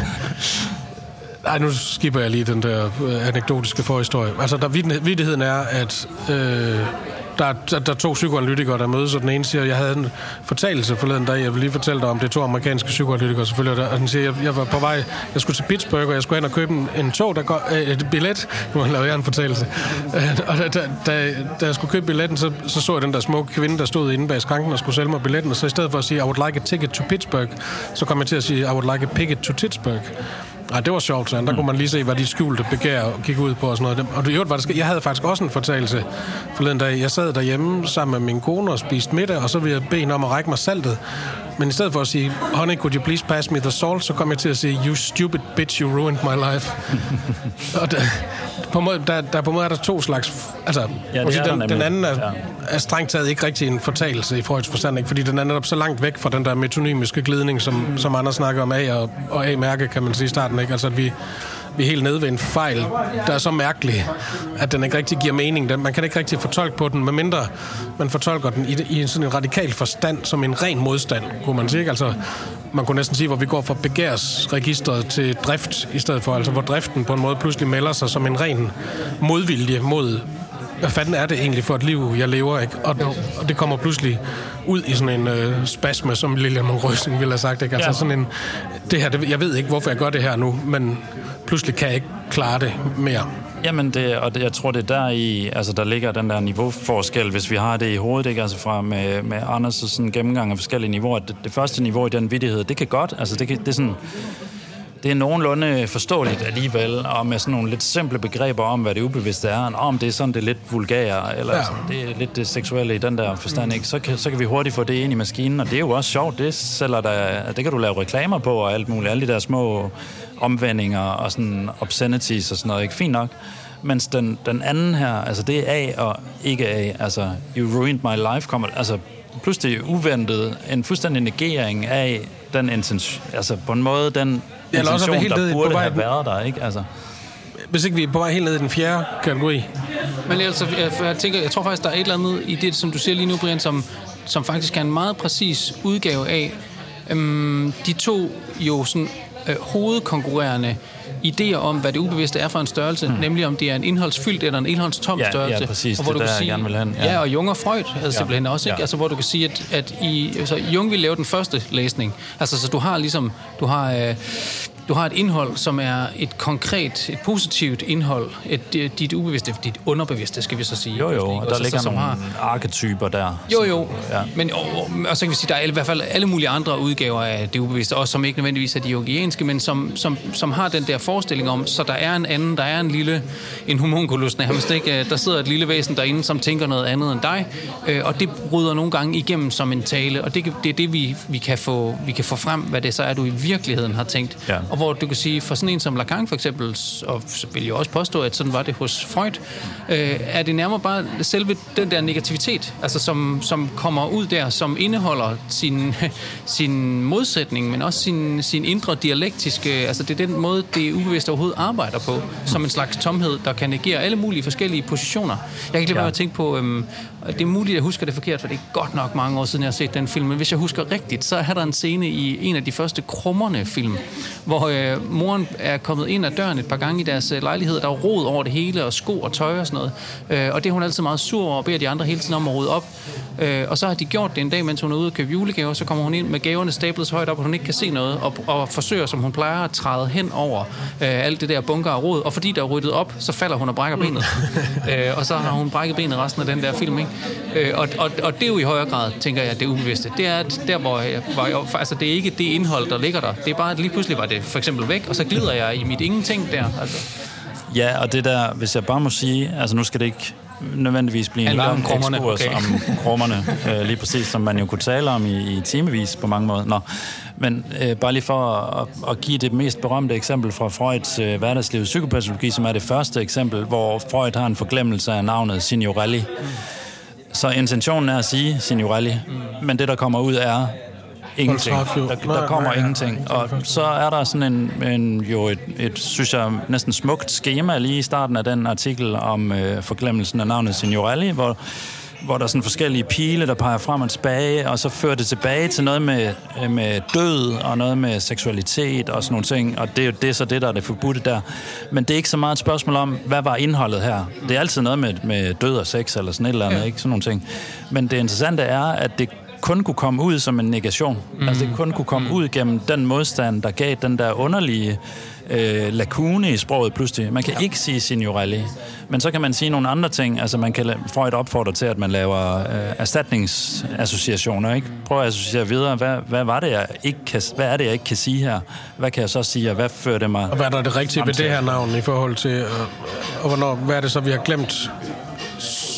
Nej, nu skipper jeg lige den der anekdotiske forhistorie. Altså, der vittigheden er, at... Øh, Der er, der, der er to psykoanalytikere, der mødes, og den ene siger, at jeg havde en fortalelse forleden dag, jeg vil lige fortælle dig om, det er to amerikanske psykoanalytikere selvfølgelig, og den siger, at jeg, jeg var på vej, jeg skulle til Pittsburgh, og jeg skulle hen og købe en, en tog, der går, øh, et billet, nu har jeg lavet en fortalelse, og da, da, da, da jeg skulle købe billetten, så, så så jeg den der smukke kvinde, der stod inde bag skranken og skulle sælge mig billetten, og så i stedet for at sige, I would like a ticket to Pittsburgh, så kom jeg til at sige, I would like a picket to Pittsburgh. Nej, det var sjovt, så der mm. kunne man lige se, hvad de skjulte begær og kigge ud på og sådan noget. Og det var det, jeg havde faktisk også en fortalelse forleden dag. Jeg sad derhjemme sammen med min kone og spiste middag, og så ville jeg bede hende om at række mig saltet. Men i stedet for at sige, honey, could you please pass me the salt, så kom jeg til at sige, you stupid bitch, you ruined my life. Og der, på måde, der, der på måde er der to slags... Altså, ja, sige, den, den anden er, ja. er strengt taget ikke rigtig en fortalelse i Freuds forstand, ikke? Fordi den er netop så langt væk fra den der metonymiske glidning, som, som andre snakker om A og, og A-mærke, kan man sige i starten, ikke? Altså, at vi... Vi er helt nede ved en fejl, der er så mærkelig, at den ikke rigtig giver mening. Den, man kan ikke rigtig fortolke på den, medmindre man fortolker den i, i sådan en radikal forstand, som en ren modstand, kunne man sige. Altså, man kunne næsten sige, hvor vi går fra begærsregistret til drift i stedet for, altså hvor driften på en måde pludselig melder sig som en ren modvilje mod, hvad fanden er det egentlig for et liv, jeg lever, ikke? Og, og det kommer pludselig ud i sådan en øh, spasme, som Lilian Monroe ville have sagt, ikke? Altså ja. sådan en, det her, det, jeg ved ikke, hvorfor jeg gør det her nu, men pludselig kan jeg ikke klare det mere. Jamen, det, og det, jeg tror, det er der i, altså der ligger den der niveauforskel, hvis vi har det i hovedet, ikke? Altså fra med, med Anders' sådan gennemgang af forskellige niveauer. Det, det første niveau i den vittighed, det kan godt, altså det, kan, det er sådan... Det er nogenlunde forståeligt alligevel, og med sådan nogle lidt simple begreber om, hvad det ubevidste er, og om det er sådan, det er lidt vulgære, eller ja. sådan, det er lidt det seksuelle i den der forstand, ikke? Så kan, så kan vi hurtigt få det ind i maskinen, og det er jo også sjovt, det sælger der, det kan du lave reklamer på, og alt muligt, alle de der små omvendinger, og sådan obscenities og sådan noget, ikke? Fint nok. Mens den, den anden her, altså det er A og ikke A, altså you ruined my life, kommer, altså pludselig uventet, en fuldstændig negering af den intention, altså på en måde, den intention, der burde have været der, ikke? Altså. Hvis ikke vi er på vej helt ned i den fjerde kategori. Men altså, jeg, jeg tænker, jeg tror faktisk, der er et eller andet i det, som du siger lige nu, Brian, som, som faktisk er en meget præcis udgave af øhm, de to jo sådan øh, hovedkonkurrerende idéer om, hvad det ubevidste er for en størrelse, hmm. nemlig om det er en indholdsfyldt eller en indholdstom ja, størrelse. Ja, præcis. Og hvor det du der, kan sige, jeg gerne vil hen. Ja. ja, og Jung og Freud havde ja. simpelthen også, ikke? Ja. Altså, hvor du kan sige, at, at i, altså, Jung ville lave den første læsning. Altså, så du har ligesom, du har... Øh, Du har et indhold, som er et konkret, et positivt indhold, et, dit ubevidste, dit underbevidste, skal vi så sige. Jo, jo, og der så, ligger så, nogle har... arketyper der. Jo, jo, ja. men og, og så kan vi sige, der er i hvert fald alle mulige andre udgaver af det ubevidste, også som ikke nødvendigvis er de jungianske, men som, som, som har den der forestilling om, så der er en anden, der er en lille, en homunculus nærmest, ikke? Der sidder et lille væsen derinde, som tænker noget andet end dig, og det bryder nogle gange igennem som en tale, og det, det er det, vi, vi, kan få, vi kan få frem, hvad det så er, du i virkeligheden har tænkt. Ja. Og hvor du kan sige, for sådan en som Lacan for eksempel, og så vil jeg også påstå, at sådan var det hos Freud, øh, er det nærmere bare selve den der negativitet, altså som, som kommer ud der, som indeholder sin, sin modsætning, men også sin, sin indre dialektiske, altså det er den måde, det ubevidste overhovedet arbejder på, som en slags tomhed, der kan negere alle mulige forskellige positioner. Jeg kan ikke lade være med at tænke på, øhm, det er muligt, at jeg husker det forkert, for det er godt nok mange år siden, jeg har set den film, men hvis jeg husker rigtigt, så er der en scene i en af de første Krummerne film, hvor øh, moren er kommet ind ad døren et par gange i deres lejlighed. Der er rod over det hele, og sko og tøj og sådan noget. Øh, og det er hun altid meget sur over, og beder de andre hele tiden om at rydde op. Øh, og så har de gjort det en dag, mens hun er ude og købe julegaver. Så kommer hun ind med gaverne stablet så højt op, at hun ikke kan se noget, og, og forsøger, som hun plejer, at træde hen over øh, alt det der bunker af rod. Og fordi der er ryddet op, så falder hun og brækker benet. øh, og så har hun brækket benet resten af den der film, ikke? Øh, og, og, og det er jo i højere grad, tænker jeg, det ubevidste. Det er der, hvor jeg, hvor jeg, altså det er ikke det indhold, der ligger der. Det er bare, at lige pludselig var det for eksempel væk, og så glider jeg i mit ingenting der. Altså. Ja, og det der, hvis jeg bare må sige, altså nu skal det ikke nødvendigvis blive en lang ekskurs okay. om krummerne, øh, lige præcis, som man jo kunne tale om i, i timevis på mange måder. Nå. Men øh, bare lige for at, at give det mest berømte eksempel fra Freuds øh, hverdagslivets psykopatologi, som er det første eksempel, hvor Freud har en forglemmelse af navnet Signorelli. Mm. Så intentionen er at sige Signorelli, mm. men det, der kommer ud, er ingenting. Der, der kommer nej, ingenting. Og så er der sådan en, en jo et, et, synes jeg, næsten smukt skema lige i starten af den artikel om øh, forglemmelsen af navnet Signorelli, hvor, hvor der er sådan forskellige pile, der peger frem og tilbage, og så fører det tilbage til noget med, med død og noget med seksualitet og sådan nogle ting, og det er jo det, så det, der er det forbudte der. Men det er ikke så meget et spørgsmål om, hvad var indholdet her? Det er altid noget med, med død og sex eller sådan et eller andet, ja. Ikke? Sådan nogle ting. Men det interessante er, at det kun kunne komme ud som en negation. Mm. Altså det kun kunne komme mm. ud gennem den modstand, der gav den der underlige øh, lakune i sproget pludselig. Man kan ja. ikke sige Signorelli, men så kan man sige nogle andre ting. Altså man kan Freud opfordre til, at man laver øh, erstatningsassociationer, ikke? Prøv at associere videre. Hvad, hvad var det, jeg ikke kan, hvad er det, jeg ikke kan sige her? Hvad kan jeg så sige, og hvad fører det mig? Og hvad er der det rigtige ved det her navn i forhold til, øh, og hvornår, hvad er det så, vi har glemt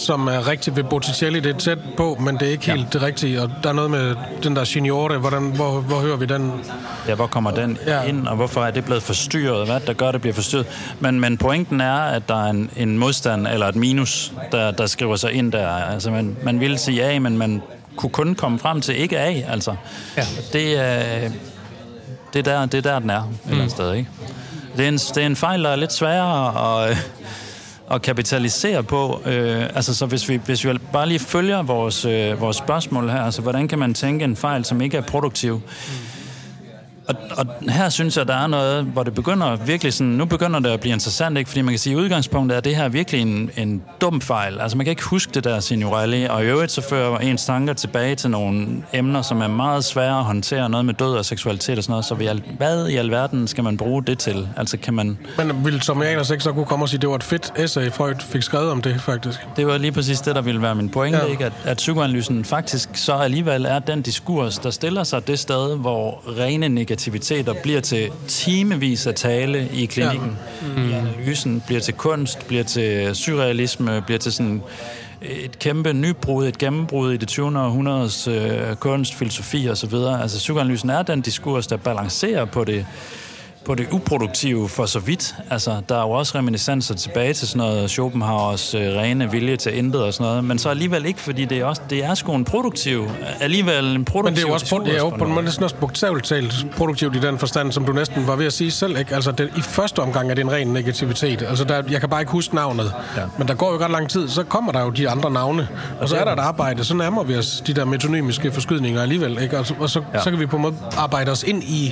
som er rigtigt ved Botticelli. Det er tæt på, men det er ikke helt ja. det rigtige. Og der er noget med den der Signore. Hvordan, hvor, hvor hører vi den? Ja, hvor kommer den ja. ind, og hvorfor er det blevet forstyrret? Hvad der gør, det bliver forstyrret? Men, men pointen er, at der er en, en modstand eller et minus, der, der skriver sig ind der. Altså, man, man ville sige A, men man kunne kun komme frem til ikke A. Altså, ja. det, øh, det, er der, det er der, den er. Et eller andet sted, ikke? Det er, en, det er en fejl, der er lidt sværere at, at kapitalisere på. Øh, altså, så hvis vi, hvis vi bare lige følger vores, øh, vores spørgsmål her, altså, hvordan kan man tænke en fejl, som ikke er produktiv? Mm. Og, og her synes jeg, der er noget, hvor det begynder virkelig sådan, nu begynder det at blive interessant, ikke? Fordi man kan sige, at udgangspunktet er det her virkelig en, en dum fejl. Altså man kan ikke huske det der Signorelli, og i øvrigt så fører ens tanker tilbage til nogle emner, som er meget svære at håndtere, noget med død og seksualitet og sådan noget, så vi, hvad i alverden skal man bruge det til? Altså kan man... Men ville Tomianus ikke så kunne komme og sige, at det var et fedt essay, Freud fik skrevet om det, faktisk? Det var lige præcis det, der ville være min pointe, ja. ikke? At, at psykoanalysen faktisk så alligevel er den diskurs, der stiller sig det sted, hvor rene negativiteter bliver til timevis af tale i klinikken, ja. mm. i analysen, bliver til kunst, bliver til surrealisme, bliver til sådan et kæmpe nybrud, et gennembrud i det tyvende århundredes øh, kunst, filosofi og så videre. Altså psykoanalysen er den diskurs, der balancerer på det på det uproduktive for så vidt. Altså, der er jo også reminiscenser tilbage til sådan noget Schopenhauers øh, rene vilje til intet og sådan noget, men så alligevel ikke, fordi det er, også, det er sgu en produktiv, alligevel en produktiv... Men det er jo også, det er jo på en måde også bogstaveligt talt produktivt i den forstand, som du næsten var ved at sige selv, ikke? Altså, det, i første omgang er det en ren negativitet. Altså, der, jeg kan bare ikke huske navnet, ja. men der går jo ret lang tid, så kommer der jo de andre navne, og, og så er der et arbejde, så nærmer vi os de der metonymiske forskydninger alligevel, ikke? Og, så, og så, ja. så kan vi på en måde arbejde os ind i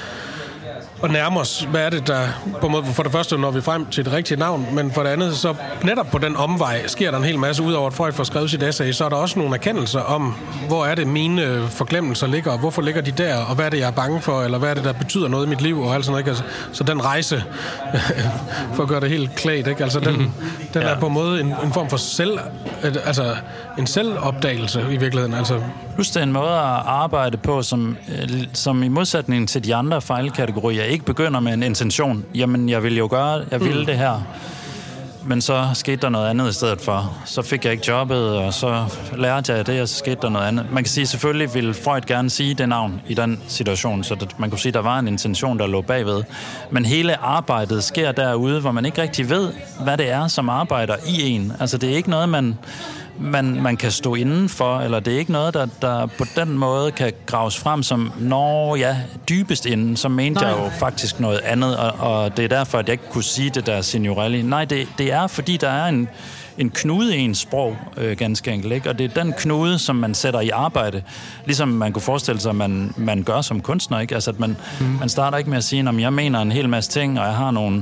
og nærme os, hvad er det der, på måde, for det første når vi frem til det rigtige navn, men for det andet, så netop på den omvej sker der en hel masse, udover at Freud får skrevet sit essay, så er der også nogle erkendelser om, hvor er det mine forglemmelser ligger, og hvorfor ligger de der, og hvad er det, jeg er bange for, eller hvad er det, der betyder noget i mit liv, og alt sådan noget. Så den rejse, for at gøre det helt klædt, ikke? Altså den, mm-hmm. den ja. er på en måde en, en form for selv, altså en selvopdagelse i virkeligheden, altså. Plus det er en måde at arbejde på, som, som i modsætning til de andre fejlkategorier, ikke begynder med en intention. Jamen, jeg vil jo gøre, jeg vil mm. det her. Men så skete der noget andet i stedet for. Så fik jeg ikke jobbet, og så lærte jeg det, og så skete der noget andet. Man kan sige, selvfølgelig ville Freud gerne sige det navn i den situation, så det, man kunne sige, der var en intention, der lå bagved. Men hele arbejdet sker derude, hvor man ikke rigtig ved, hvad det er, som arbejder i en. Altså, det er ikke noget, man... Man, man kan stå indenfor, eller det er ikke noget, der, der på den måde kan graves frem som, når ja, dybest inden, så mente Nej. jeg jo faktisk noget andet, og, og det er derfor, at jeg ikke kunne sige det der Signorelli. Nej, det, det er, fordi der er en, en knude i ens sprog, øh, ganske enkelt, ikke? Og det er den knude, som man sætter i arbejde, ligesom man kunne forestille sig, at man, man gør som kunstner, ikke? Altså, at man, mm. man starter ikke med at sige, at jeg mener en hel masse ting, og jeg har nogle...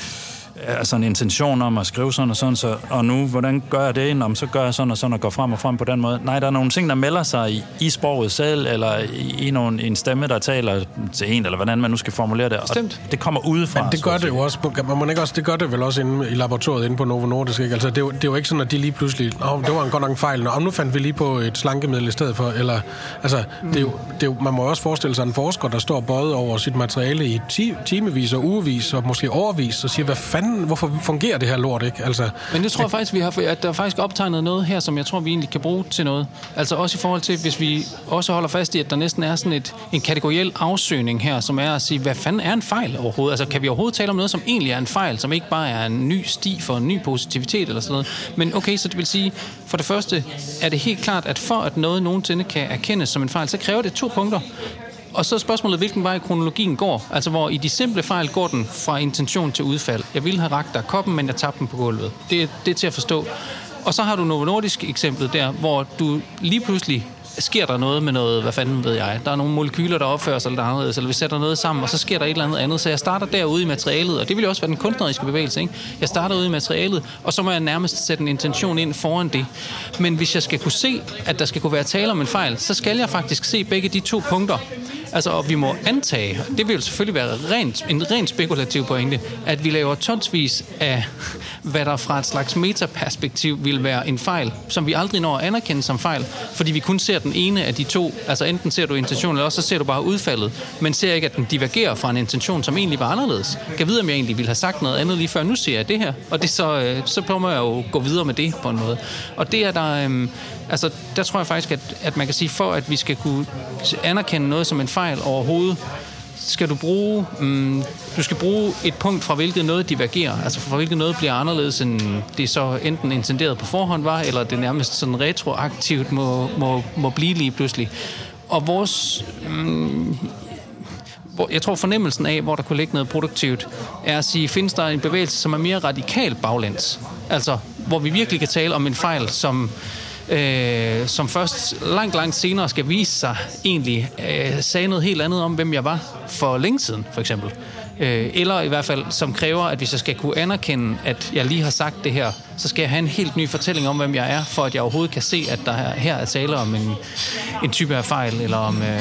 altså en intention om at skrive sådan og sådan, så, og nu, hvordan gør jeg det? Om så gør jeg sådan og sådan og går frem og frem på den måde. Nej, der er nogle ting, der melder sig i, i sproget selv, eller i, i nogle, en stemme, der taler til en, eller hvordan man nu skal formulere det. Bestemt. Det kommer udefra. Men det gør det jo også, man ikke også, det gør det vel også inde i laboratoriet inde på Novo Nordisk, ikke? Altså, det er, jo, det er jo ikke sådan, at de lige pludselig, åh, det var en godt nok en fejl, og nu fandt vi lige på et slankemiddel i stedet for, eller, altså, mm. det er jo, det er jo, man må også forestille sig en forsker, der står bøjet over sit materiale i ti, timevis og ugevis, og måske overvis, og siger, hvad fanden, hvorfor fungerer det her lort, ikke? Altså, men det tror jeg faktisk, vi har, at der er faktisk optegnet noget her, som jeg tror, vi egentlig kan bruge til noget. Altså også i forhold til, hvis vi også holder fast i, at der næsten er sådan et, en kategoriel afsøgning her, som er at sige, hvad fanden er en fejl overhovedet? Altså kan vi overhovedet tale om noget, som egentlig er en fejl, som ikke bare er en ny sti for en ny positivitet eller sådan noget? Men okay, så det vil sige, for det første er det helt klart, at for at noget nogensinde kan erkendes som en fejl, så kræver det to punkter. Og så er spørgsmålet, hvilken vej kronologien går. Altså, hvor i de simple fejl går den fra intention til udfald. Jeg ville have rakt dig koppen, men jeg tabte den på gulvet. Det, det er til at forstå. Og så har du Novo Nordisk eksemplet der, hvor du lige pludselig sker der noget med noget, hvad fanden ved jeg. Der er nogle molekyler, der opfører sig lidt anderledes, eller vi sætter noget sammen, og så sker der et eller andet andet. Så jeg starter derude i materialet, og det vil jo også være den kunstneriske bevægelse, ikke? Jeg starter ude i materialet, og så må jeg nærmest sætte en intention ind foran det. Men hvis jeg skal kunne se, at der skal kunne være tale om en fejl, så skal jeg faktisk se begge de to punkter. Altså, og vi må antage, det vil selvfølgelig være rent, en rent spekulativ pointe, at vi laver tonsvis af, hvad der fra et slags metaperspektiv vil være en fejl, som vi aldrig når at anerkende som fejl, fordi vi kun ser den ene af de to. Altså, enten ser du intentionen, eller også så ser du bare udfaldet, men ser ikke, at den divergerer fra en intention, som egentlig var anderledes. Kan vide, om jeg egentlig ville have sagt noget andet lige før. Nu ser jeg det her, og det så, så prøver jeg jo at gå videre med det på en måde. Og det er der, øhm, altså, der tror jeg faktisk, at, at man kan sige, for at vi skal kunne anerkende noget som en fejl overhovedet, skal du bruge, um, du skal bruge et punkt, fra hvilket noget divergerer, altså fra hvilket noget bliver anderledes, end det så enten intenderet på forhånd var, eller det nærmest sådan retroaktivt må, må, må blive lige pludselig. Og vores, um, jeg tror fornemmelsen af, hvor der kunne ligge noget produktivt, er at sige, findes der en bevægelse, som er mere radikalt baglæns? Altså, hvor vi virkelig kan tale om en fejl, som Øh, som først langt, langt senere skal vise sig egentlig øh, sagde noget helt andet om, hvem jeg var for længe siden, for eksempel. Øh, eller i hvert fald, som kræver, at hvis jeg skal kunne anerkende, at jeg lige har sagt det her, så skal jeg have en helt ny fortælling om, hvem jeg er, for at jeg overhovedet kan se, at der her er tale om en, en type af fejl, eller om... Øh...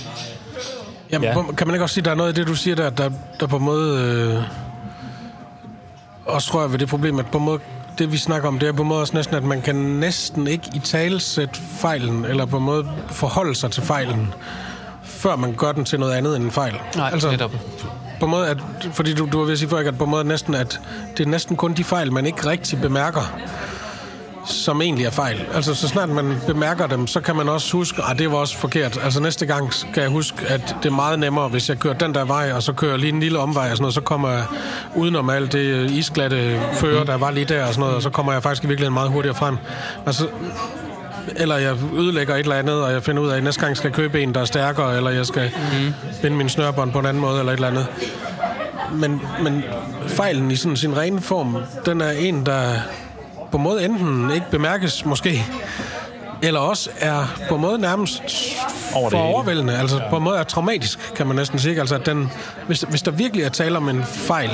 Jamen, ja. Kan man ikke også sige, at der er noget af det, du siger, der, der, der på en måde øh, også tror jeg ved det problem, at på en måde det, vi snakker om, det er på en måde også næsten, at man kan næsten ikke i tale sætte fejlen, eller på en måde forholde sig til fejlen, før man gør den til noget andet end en fejl. Nej, altså, netop. På en måde, at, fordi du, du var ved at sige før, at på en måde næsten, at det er næsten kun de fejl, man ikke rigtig bemærker, som egentlig er fejl. Altså, så snart man bemærker dem, så kan man også huske, at det var også forkert. Altså, næste gang skal jeg huske, at det er meget nemmere, hvis jeg kører den der vej, og så kører lige en lille omvej og sådan noget, så kommer jeg udenom alt det isglatte fører, der var lige der og sådan noget, og så kommer jeg faktisk i virkeligheden meget hurtigere frem. Altså, eller jeg ødelægger et eller andet, og jeg finder ud af, at næste gang skal jeg købe en, der er stærkere, eller jeg skal mm. binde min snørbånd på en anden måde, eller et eller andet. Men, men fejlen i sådan sin rene form, den er en, der på en måde enten ikke bemærkes måske, eller også er på en måde nærmest Over for overvældende, altså ja. På en måde er traumatisk, kan man næsten sige. Altså, at den, hvis, hvis der virkelig er tale om en fejl,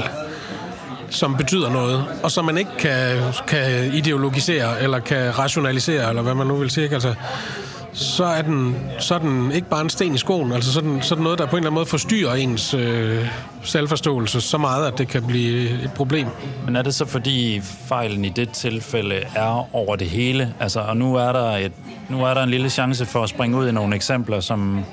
som betyder noget, og som man ikke kan, kan ideologisere, eller kan rationalisere, eller hvad man nu vil sige, altså, så er den, så er den ikke bare en sten i skoen, altså så er, den, så er den noget, der på en eller anden måde forstyrrer ens øh, selvforståelse så meget, at det kan blive et problem. Men er det så, fordi fejlen i det tilfælde er over det hele? Altså, og nu er der, et, nu er der en lille chance for at springe ud i nogle eksempler, som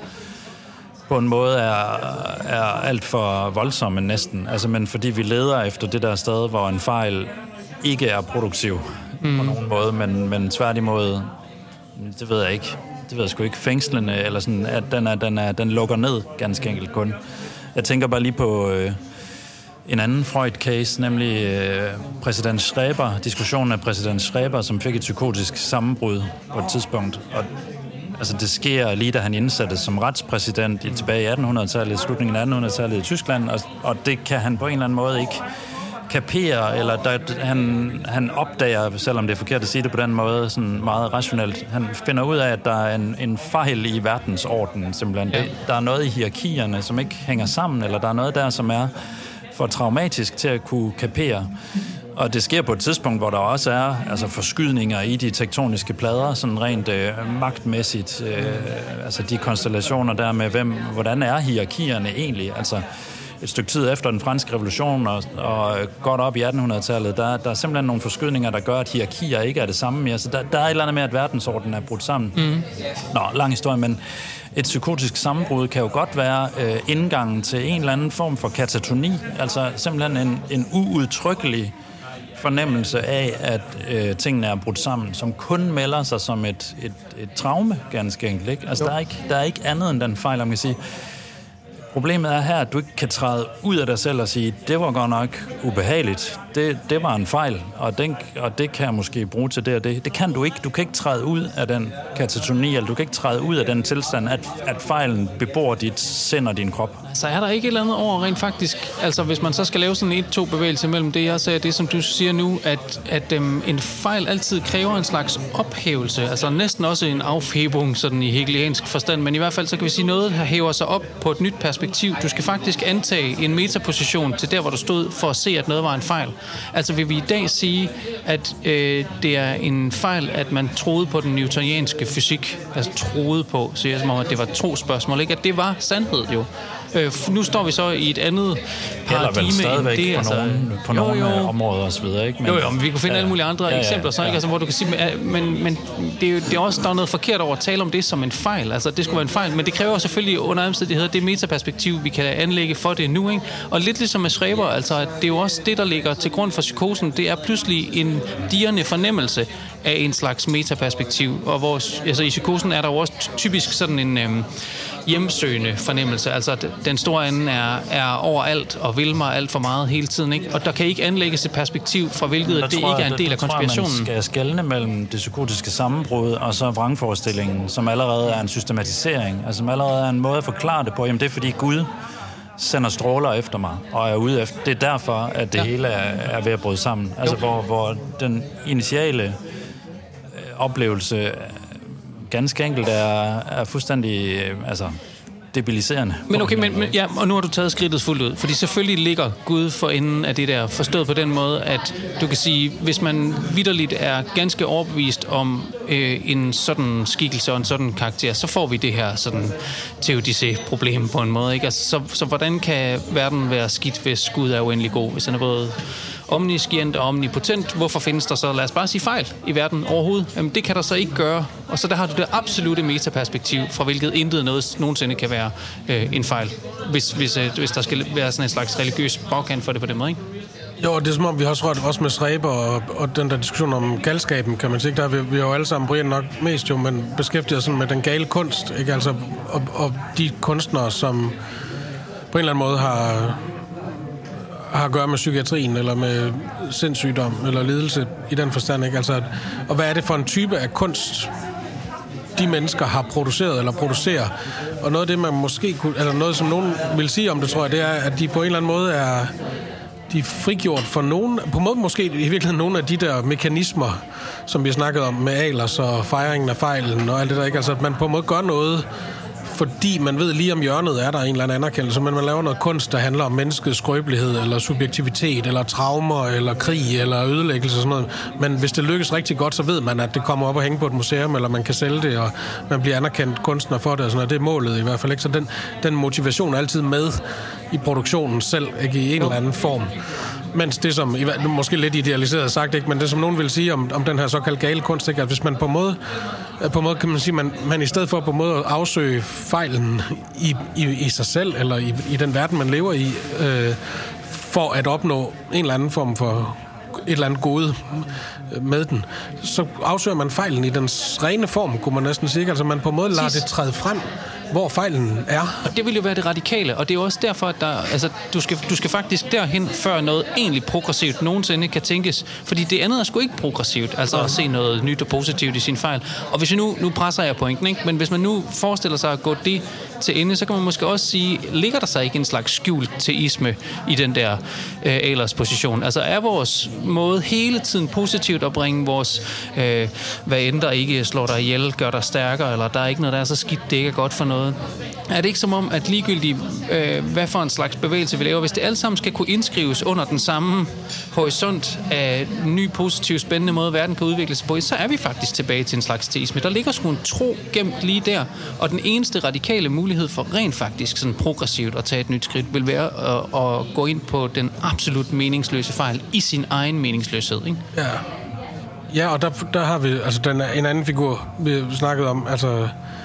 på en måde er, er alt for voldsomme næsten. Altså, men fordi vi leder efter det der sted, hvor en fejl ikke er produktiv mm. på nogen måde, men, men tværtimod, det ved jeg ikke, det ved jeg sgu ikke, fængslende, eller sådan, at den, er, den, er, den lukker ned ganske enkelt kun. Jeg tænker bare lige på øh, en anden Freud-case, nemlig øh, præsident Schreber, diskussionen af præsident Schreber, som fik et psykotisk sammenbrud på et tidspunkt. Og altså, det sker lige da han indsattes som retspræsident i, tilbage i attenhundredetallet, slutningen af attenhundredetallet i Tyskland, og, og det kan han på en eller anden måde ikke kapere, eller der, han, han opdager, selvom det er forkert at sige det på den måde, sådan meget rationelt, han finder ud af, at der er en, en fejl i verdensordenen, simpelthen. Ja. Der er noget i hierarkierne, som ikke hænger sammen, eller der er noget der, som er for traumatisk til at kunne kapere. Og det sker på et tidspunkt, hvor der også er altså forskydninger i de tektoniske plader, sådan rent øh, magtmæssigt. Øh, altså de konstellationer der med, hvem, hvordan er hierarkierne egentlig? Altså et stykke tid efter den franske revolution og, og godt op i attenhundredetallet, der, der er simpelthen nogle forskydninger, der gør, at hierarkier ikke er det samme mere. Så der, der er et eller andet med, at verdensordenen er brudt sammen. Mm. Nå, lang historie, men et psykotisk sammenbrud kan jo godt være øh, indgangen til en eller anden form for katatoni, altså simpelthen en, en uudtrykkelig fornemmelse af, at øh, tingene er brudt sammen, som kun melder sig som et, et, et traume, ganske enkelt. Ikke? Altså, der er ikke, der er ikke andet end den fejl, man kan sige. Problemet er her, at du ikke kan træde ud af dig selv og sige, det var godt nok ubehageligt. Det, det var en fejl, og, den, og det kan jeg måske bruge til det og det. Det kan du ikke. Du kan ikke træde ud af den katatoni, eller du kan ikke træde ud af den tilstand, at, at fejlen bebor dit sind og din krop. Så er der ikke et eller andet over rent faktisk, altså hvis man så skal lave sådan en et-to bevægelse mellem det, jeg sagde, det som du siger nu, at, at øhm, en fejl altid kræver en slags ophævelse, altså næsten også en afhævung, sådan i hegeliansk forstand, men i hvert fald så kan vi sige noget, der hæver sig op på et nyt perspektiv. Du skal faktisk antage en metaposition til der, hvor du stod, for at se, at noget var en fejl. Altså vil vi i dag sige, at øh, det er en fejl, at man troede på den newtonianske fysik, altså troede på, så jeg som om, at det var et trospørgsmål, ikke? At det var sandhed jo. Øh, nu står vi så i et andet paradigme. Eller vel stadigvæk det, på altså, nogle, på jo, nogle jo. områder og så videre, ikke? Men, jo, jo, men vi kunne finde ja, alle mulige andre ja, ja, eksempler, så, ikke? Ja. Altså, hvor du kan sige, men, men det, er jo, det er også, der er noget forkert over at tale om det som en fejl. Altså, det skulle være en fejl, men det kræver selvfølgelig under omstændigheder det metaperspektiv, vi kan anlægge for det nu, ikke? Og lidt ligesom med Schreber, altså, at det er jo også det, der ligger til grund for psykosen, det er pludselig en dirrende fornemmelse af en slags metaperspektiv, og hvor, altså, i psykosen er der jo også typisk sådan en øhm, hjemsøgende fornemmelse, altså den store anden er, er overalt og vil mig alt for meget hele tiden, ikke? Og der kan ikke anlægges et perspektiv fra hvilket det ikke er en del af konspirationen. Man skal skelne mellem det psykotiske sammenbrud og så vrangforestillingen, som allerede er en systematisering, altså som allerede er en måde at forklare det på. Jamen det er fordi Gud sender stråler efter mig og er ude efter. Det er derfor, at det ja. hele er, er ved at bryde sammen. Altså hvor, hvor den initiale øh, oplevelse ganske enkelt er, er fuldstændig øh, altså debiliserende. Men okay, men, men, ja, og nu har du taget skridtet fuldt ud, fordi selvfølgelig ligger Gud for enden af det der, forstået på den måde, at du kan sige, hvis man vitterligt er ganske overbevist om øh, en sådan skikkelse og en sådan karakter, så får vi det her sådan teodicé-problem på en måde, ikke? Altså, så, så hvordan kan verden være skidt, hvis Gud er uendelig god, hvis han er både omniscient og omnipotent? Hvorfor findes der så, lad os bare sige, fejl i verden overhovedet? Jamen, det kan der så ikke gøre. Og så der har du det absolute metaperspektiv, fra hvilket intet noget nogensinde kan være øh, en fejl, hvis, hvis, øh, hvis der skal være sådan en slags religiøs bagkant for det på den måde, ikke? Jo, det er som om, vi har også rørt også med Schreber og, og den der diskussion om galskaben, kan man sige. Der vi, vi har jo alle sammen, Brian nok mest jo, men beskæftiger sådan med den gale kunst, ikke? Altså, og, og de kunstnere, som på en eller anden måde har har at gøre med psykiatrien, eller med sindssygdom, eller lidelse i den forstand, ikke? Altså, og hvad er det for en type af kunst, de mennesker har produceret eller producerer? Og noget af det, man måske kunne, eller noget, som nogen vil sige om det, tror jeg, det er, at de på en eller anden måde er, de er frigjort for nogen, på en måde måske i virkeligheden nogle af de der mekanismer, som vi har snakket om med Ahlers og fejringen af fejlen og alt det der, ikke? Altså, at man på en måde gør noget, fordi man ved lige om hjørnet er der en eller anden anerkendelse, men man laver noget kunst, der handler om menneskets skrøbelighed, eller subjektivitet, eller traumer, eller krig, eller ødelæggelse og sådan noget. Men hvis det lykkes rigtig godt, så ved man, at det kommer op og hænge på et museum, eller man kan sælge det, og man bliver anerkendt kunstner for det, og sådan noget. Det er målet i hvert fald, ikke? Så den, den motivation er altid med i produktionen selv, ikke, i en eller anden form. Mens det som, måske lidt idealiseret sagt, ikke, men det som nogen vil sige om, om den her såkaldt gale kunst, ikke, at hvis man på en måde, på en måde kan man sige, man, man i stedet for på en måde at afsøge fejlen i, i, i sig selv, eller i, i den verden, man lever i, øh, for at opnå en eller anden form for et eller andet gode med den, så afsøger man fejlen i dens rene form, kunne man næsten sige. Altså man på en måde lader det træde frem, hvor fejlen er. Og det vil jo være det radikale, og det er jo også derfor, at der, altså, du, skal, du skal faktisk derhen, før noget egentlig progressivt nogensinde kan tænkes. Fordi det andet er sgu ikke progressivt, altså ja. At se noget nyt og positivt i sin fejl. Og hvis vi nu, nu presser jeg pointen, ikke? Men hvis man nu forestiller sig at gå det til ende, så kan man måske også sige, ligger der sig ikke en slags skjult teisme i den der øh, Ahlers position? Altså er vores måde hele tiden positivt at bringe vores, øh, hvad end der ikke slår dig ihjel, gør dig stærkere, eller der er ikke noget, der er så skidt, det ikke er godt for noget. Er det ikke som om, at ligegyldigt, øh, hvad for en slags bevægelse vi laver, hvis det alt sammen skal kunne indskrives under den samme horisont af en ny, positiv, spændende måde, verden kan udvikle sig på, så er vi faktisk tilbage til en slags teisme. Der ligger sgu en tro gemt lige der, og den eneste radikale mulighed for rent faktisk sådan progressivt at tage et nyt skridt, vil være at, at gå ind på den absolut meningsløse fejl i sin egen meningsløshed, ikke? Ja. Ja, og der, der har vi altså den, en anden figur, vi snakkede om, altså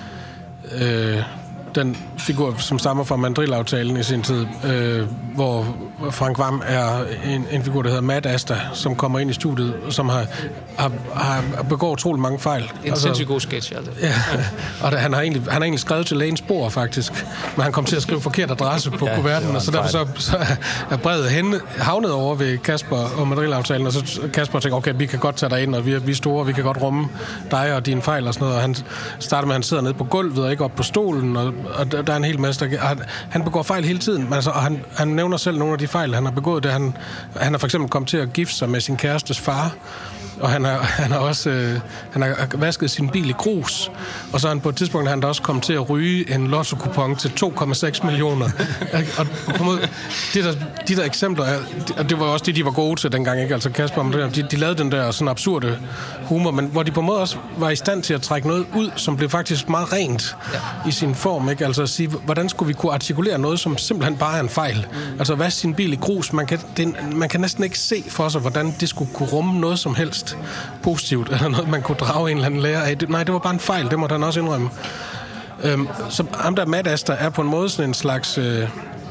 Øh, den figur, som stammer fra Mandrill-aftalen i sin tid, øh, hvor Frank Hvam er en, en figur, der hedder Matt Asta, som kommer ind i studiet, som har, har, har begået utrolig mange fejl. En altså, sindssygt god sketch, altså. Ja, og der, han, har egentlig, han har egentlig skrevet til lægens bord, faktisk, men han kom til at skrive forkert adresse på ja, kuverten, og så derfor så, så er brevet hen, havnet over ved Kasper og Mandrill-aftalen, og så Kasper tænker, okay, vi kan godt tage dig ind, og vi er, vi er store, vi kan godt rumme dig og dine fejl og sådan noget, og han starter med, at han sidder nede på gulvet og ikke op på stolen, og og der, der er en hel masse, der, han, han begår fejl hele tiden, men altså, og han, han nævner selv nogle af de fejl, han har begået. Det, han, han har for eksempel kommet til at gifte sig med sin kærestes far, og han har, han har også øh, han har vasket sin bil i grus, og så er han på et tidspunkt han der også kommet til at ryge en lotto-kupon til to komma seks millioner. og på en måde, det der, de der eksempler, og det var også det, de var gode til dengang, ikke? Altså Kasper, de, de lavede den der sådan absurde humor, men hvor de på en måde også var i stand til at trække noget ud, som blev faktisk meget rent ja. i sin form, ikke? Altså at sige, hvordan skulle vi kunne artikulere noget, som simpelthen bare er en fejl? Mm. Altså vaske sin bil i grus, man kan, det, man kan næsten ikke se for sig, hvordan det skulle kunne rumme noget som helst positivt, eller noget, man kunne drage en eller anden lære af. Det, nej, det var bare en fejl, det må han også indrømme. Øhm, så ham der Matt Astor er på en måde sådan en slags øh,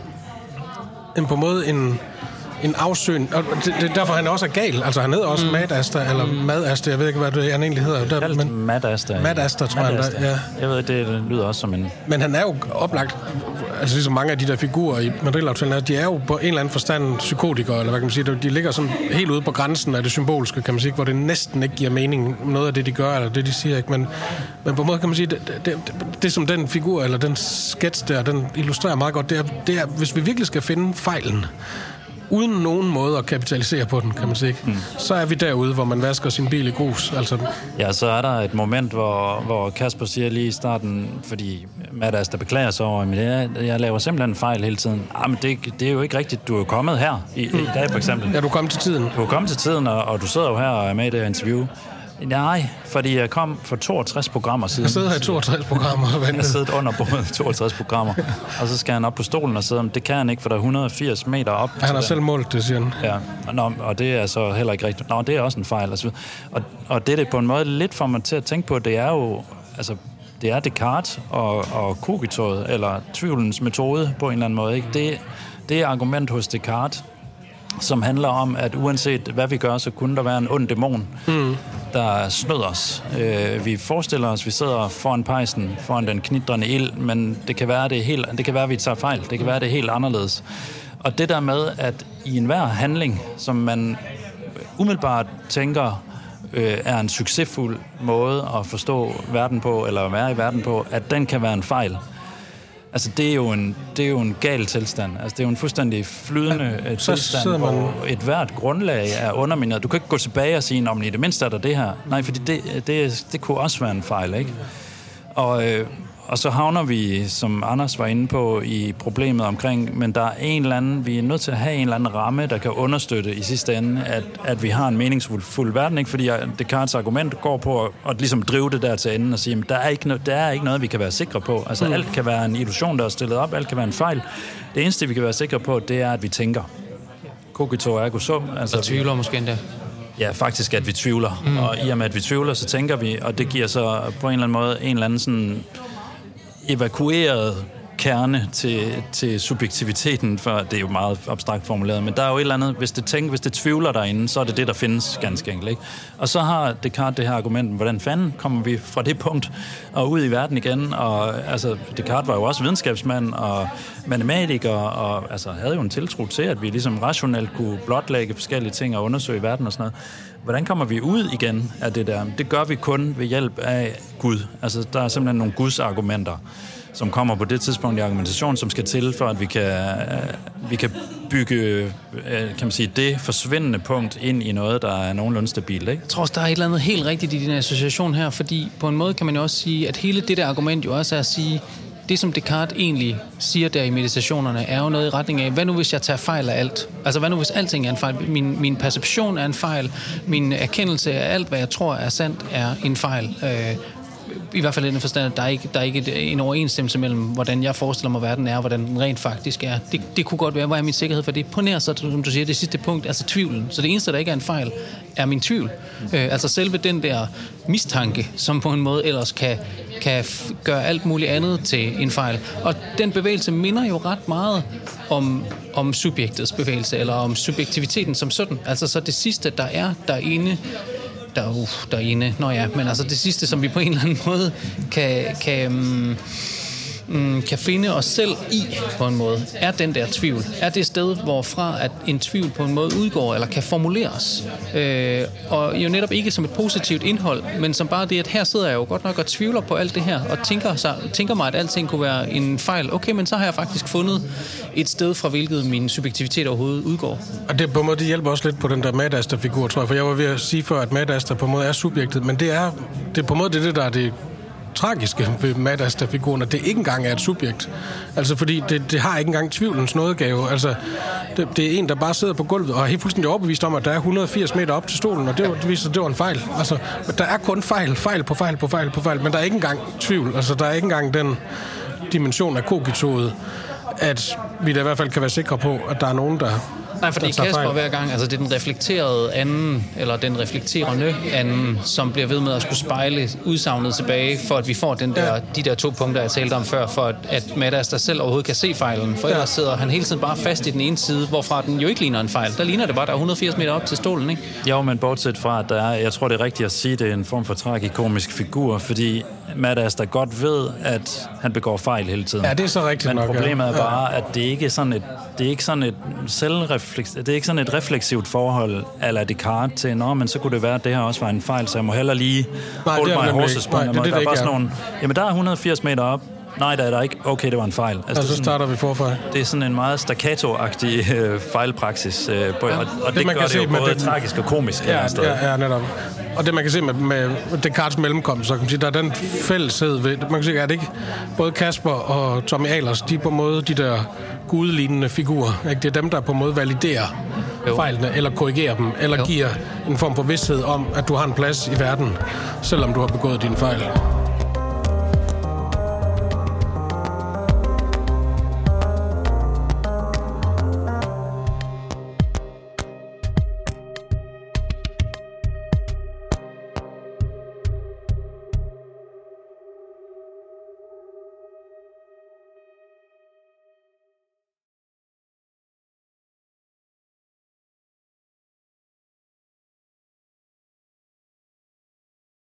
en, på en måde en en afsøgning, og det, det, derfor han også er gal. Altså han hedder også mm. Matt Astor, eller mm. Mad Astor, jeg ved ikke, hvad det han egentlig hedder. Der, men, Matt Astor. Matt Astor, tror jeg. Der, ja. Jeg ved, det lyder også som en... Men han er jo oplagt, altså ligesom mange af de der figurer i Madrid-aftalen, de er jo på en eller anden forstand psykotikere, eller hvad kan man sige, de ligger sådan helt ude på grænsen af det symbolske, kan man sige, hvor det næsten ikke giver mening, noget af det, de gør, eller det, de siger, ikke? Men, men på en måde kan man sige, det, det, det, det som den figur, eller den sketch der, den illustrerer meget godt, det er, det er, hvis vi virkelig skal finde fejlen, uden nogen måde at kapitalisere på den, kan man sige. Mm. Så er vi derude, hvor man vasker sin bil i grus. Altså. Ja, så er der et moment, hvor, hvor Kasper siger lige i starten, fordi Matt Astor beklager sig over, at jeg, jeg laver simpelthen en fejl hele tiden. Ah, men det, det er jo ikke rigtigt. Du er jo kommet her i, mm. i dag, for eksempel. Ja, du er kommet til tiden. Du er kommet til tiden, og, og du sidder jo her og er med i det interview. Nej, fordi jeg kom for toogtres programmer siden. Jeg sidder her i toogtres programmer og venter. Jeg sidder under bordet toogtres programmer, og så skal han op på stolen og sidde. Det kan han ikke, for der er et hundrede og firs meter op. Han har selv målt det, siger han. Ja, Nå, og det er så heller ikke rigtigt. Nå, det er også en fejl. Altså. Og, og det, det på en måde lidt får mig til at tænke på, det er jo, altså, det er Descartes og, og kogitoet, eller tvivlens metode på en eller anden måde. Ikke? Det, det er argument hos Descartes, som handler om, at uanset hvad vi gør, så kunne der være en ond dæmon, mm. der snød os. Øh, vi forestiller os, at vi sidder foran pejsen, foran den knidrende ild, men det kan være, det er helt, det kan være, at vi tager fejl. Det kan være, det er helt anderledes. Og det der med, at i enhver handling, som man umiddelbart tænker, øh, er en succesfuld måde at forstå verden på, eller være i verden på, at den kan være en fejl. Altså, det er jo en, det er jo en gal tilstand. Altså, det er jo en fuldstændig flydende ja, tilstand, man... hvor et hvert grundlag er undermineret. Du kan ikke gå tilbage og sige, om i det mindste er der det her. Nej, fordi det, det, det kunne også være en fejl, ikke? Og, øh, og så havner vi, som Anders var inde på, i problemet omkring, men der er en eller anden, vi er nødt til at have en eller anden ramme, der kan understøtte i sidste ende, at, at vi har en meningsfuld verden, ikke? Fordi Descartes' argument går på at, at ligesom drive det der til enden og sige, at der er ikke, no, der er ikke noget, vi kan være sikre på. Altså, mm. alt kan være en illusion, der er stillet op, alt kan være en fejl. Det eneste, vi kan være sikre på, det er, at vi tænker. Cogito ergo sum. Altså, og tvivler vi, måske endda. Ja, faktisk, at vi tvivler. Mm. Og i og med, at vi tvivler, så tænker vi, og det giver så på en eller anden måde en eller anden sådan evakueret kerne til, til subjektiviteten, for det er jo meget abstrakt formuleret, men der er jo et eller andet, hvis det tænker, hvis det tvivler derinde, så er det det, der findes ganske enkelt, ikke? Og så har Descartes det her argument, hvordan fanden kommer vi fra det punkt og ud i verden igen, og altså, Descartes var jo også videnskabsmand og matematiker, og altså, havde jo en tiltro til, at vi ligesom rationelt kunne blotlægge forskellige ting og undersøge verden og sådan noget. Hvordan kommer vi ud igen af det der? Det gør vi kun ved hjælp af Gud. Altså, der er simpelthen nogle Guds argumenter, som kommer på det tidspunkt i argumentation, som skal til, for at vi kan, vi kan bygge, kan man sige, det forsvindende punkt ind i noget, der er nogenlunde stabilt, ikke? Jeg tror også, der er et eller andet helt rigtigt i din association her, fordi på en måde kan man jo også sige, at hele det der argument jo også er at sige, det som Descartes egentlig siger der i meditationerne, er jo noget i retning af, hvad nu hvis jeg tager fejl af alt? Altså, hvad nu hvis alting er en fejl? Min, min perception er en fejl, min erkendelse af alt, hvad jeg tror er sandt, er en fejl. Øh, I hvert fald i den forstand, at der er ikke, der er ikke en overensstemmelse mellem, hvordan jeg forestiller mig, verden er, og hvordan den rent faktisk er. Det, det kunne godt være, hvor er min sikkerhed for det. På nær så, som du siger, det sidste punkt, altså tvivlen. Så det eneste, der ikke er en fejl, er min tvivl. Mm. Øh, altså selve den der mistanke, som på en måde ellers kan, kan f- gøre alt muligt andet til en fejl. Og den bevægelse minder jo ret meget om, om subjektets bevægelse, eller om subjektiviteten som sådan. Altså så det sidste, der er derinde, der uh, derinde, nå ja, men altså det sidste, som vi på en eller anden måde kan, kan um, mm, kan finde os selv i, på en måde, er den der tvivl. Er det sted, hvorfra at en tvivl på en måde udgår, eller kan formuleres. Øh, og jo netop ikke som et positivt indhold, men som bare det, at her sidder jeg jo godt nok og tvivler på alt det her, og tænker, sig, tænker mig, at alting kunne være en fejl. Okay, men så har jeg faktisk fundet et sted, fra hvilket min subjektivitet overhovedet udgår. Og det på en måde, det hjælper også lidt på den der Mad Asta-figur, tror jeg, for jeg var ved at sige før, at Mad Asta på en måde er subjektet, men det er, det er på en måde det, det der er det tragiske ved Mad Asta-figuren, at det ikke engang er et subjekt. Altså, fordi det, det har ikke engang tvivlens nådegave. Altså, det, det er en, der bare sidder på gulvet og er helt fuldstændig overbevist om, at der er et hundrede og firs meter op til stolen, og det, det viser, at det var en fejl. Altså, der er kun fejl, fejl på fejl på fejl på fejl, men der er ikke engang tvivl. Altså, der er ikke engang den dimension af kogitoet, at vi da i hvert fald kan være sikre på, at der er nogen, der Nej, for det er Kasper hver gang, altså det er den reflekterede anden, eller den reflekterende anden, som bliver ved med at skulle spejle udsagnet tilbage, for at vi får den der, ja. de der to punkter, jeg talte om før, for at, at Mad Asta selv overhovedet kan se fejlen, for ellers sidder han hele tiden bare fast i den ene side, hvorfra den jo ikke ligner en fejl. Der ligner det bare, der er et hundrede og firs meter op til stolen, ikke? Jo, men bortset fra, at der er, jeg tror, det er rigtigt at sige, det er en form for tragikomisk figur, fordi Mad Asta godt ved, at han begår fejl hele tiden. Ja, det er så rigtigt men nok. Men problemet ja. er bare, at det ikke er sådan et, det er ikke sådan et selvrefleks, det er ikke sådan et refleksivt forhold, eller Descartes til, nå, men så kunne det være, at det her også var en fejl, så jeg må heller lige Nej, hold mig i horses på. Nej, det, det, der er det bare sådan nogle, jamen der er et hundrede og firs meter op. Nej, der er der ikke. Okay, det var en fejl. Altså, og så starter vi forfra. Det er sådan en meget staccato-agtig øh, fejlpraksis, øh, og, ja. og det, det gør det jo både det, tragisk og komisk. Ja, ja, ja, netop. Og det man kan se med, med Descartes mellemkomst, så kan man sige, der er den fælleshed ved, man kan sige, at det ikke både Kasper og Tommy Ahlers, de er på en måde de der gudelignende figurer, ikke? Det er dem, der på en måde validerer jo. fejlene, eller korrigerer dem, eller jo. giver en form for vidsthed om, at du har en plads i verden, selvom du har begået dine fejl.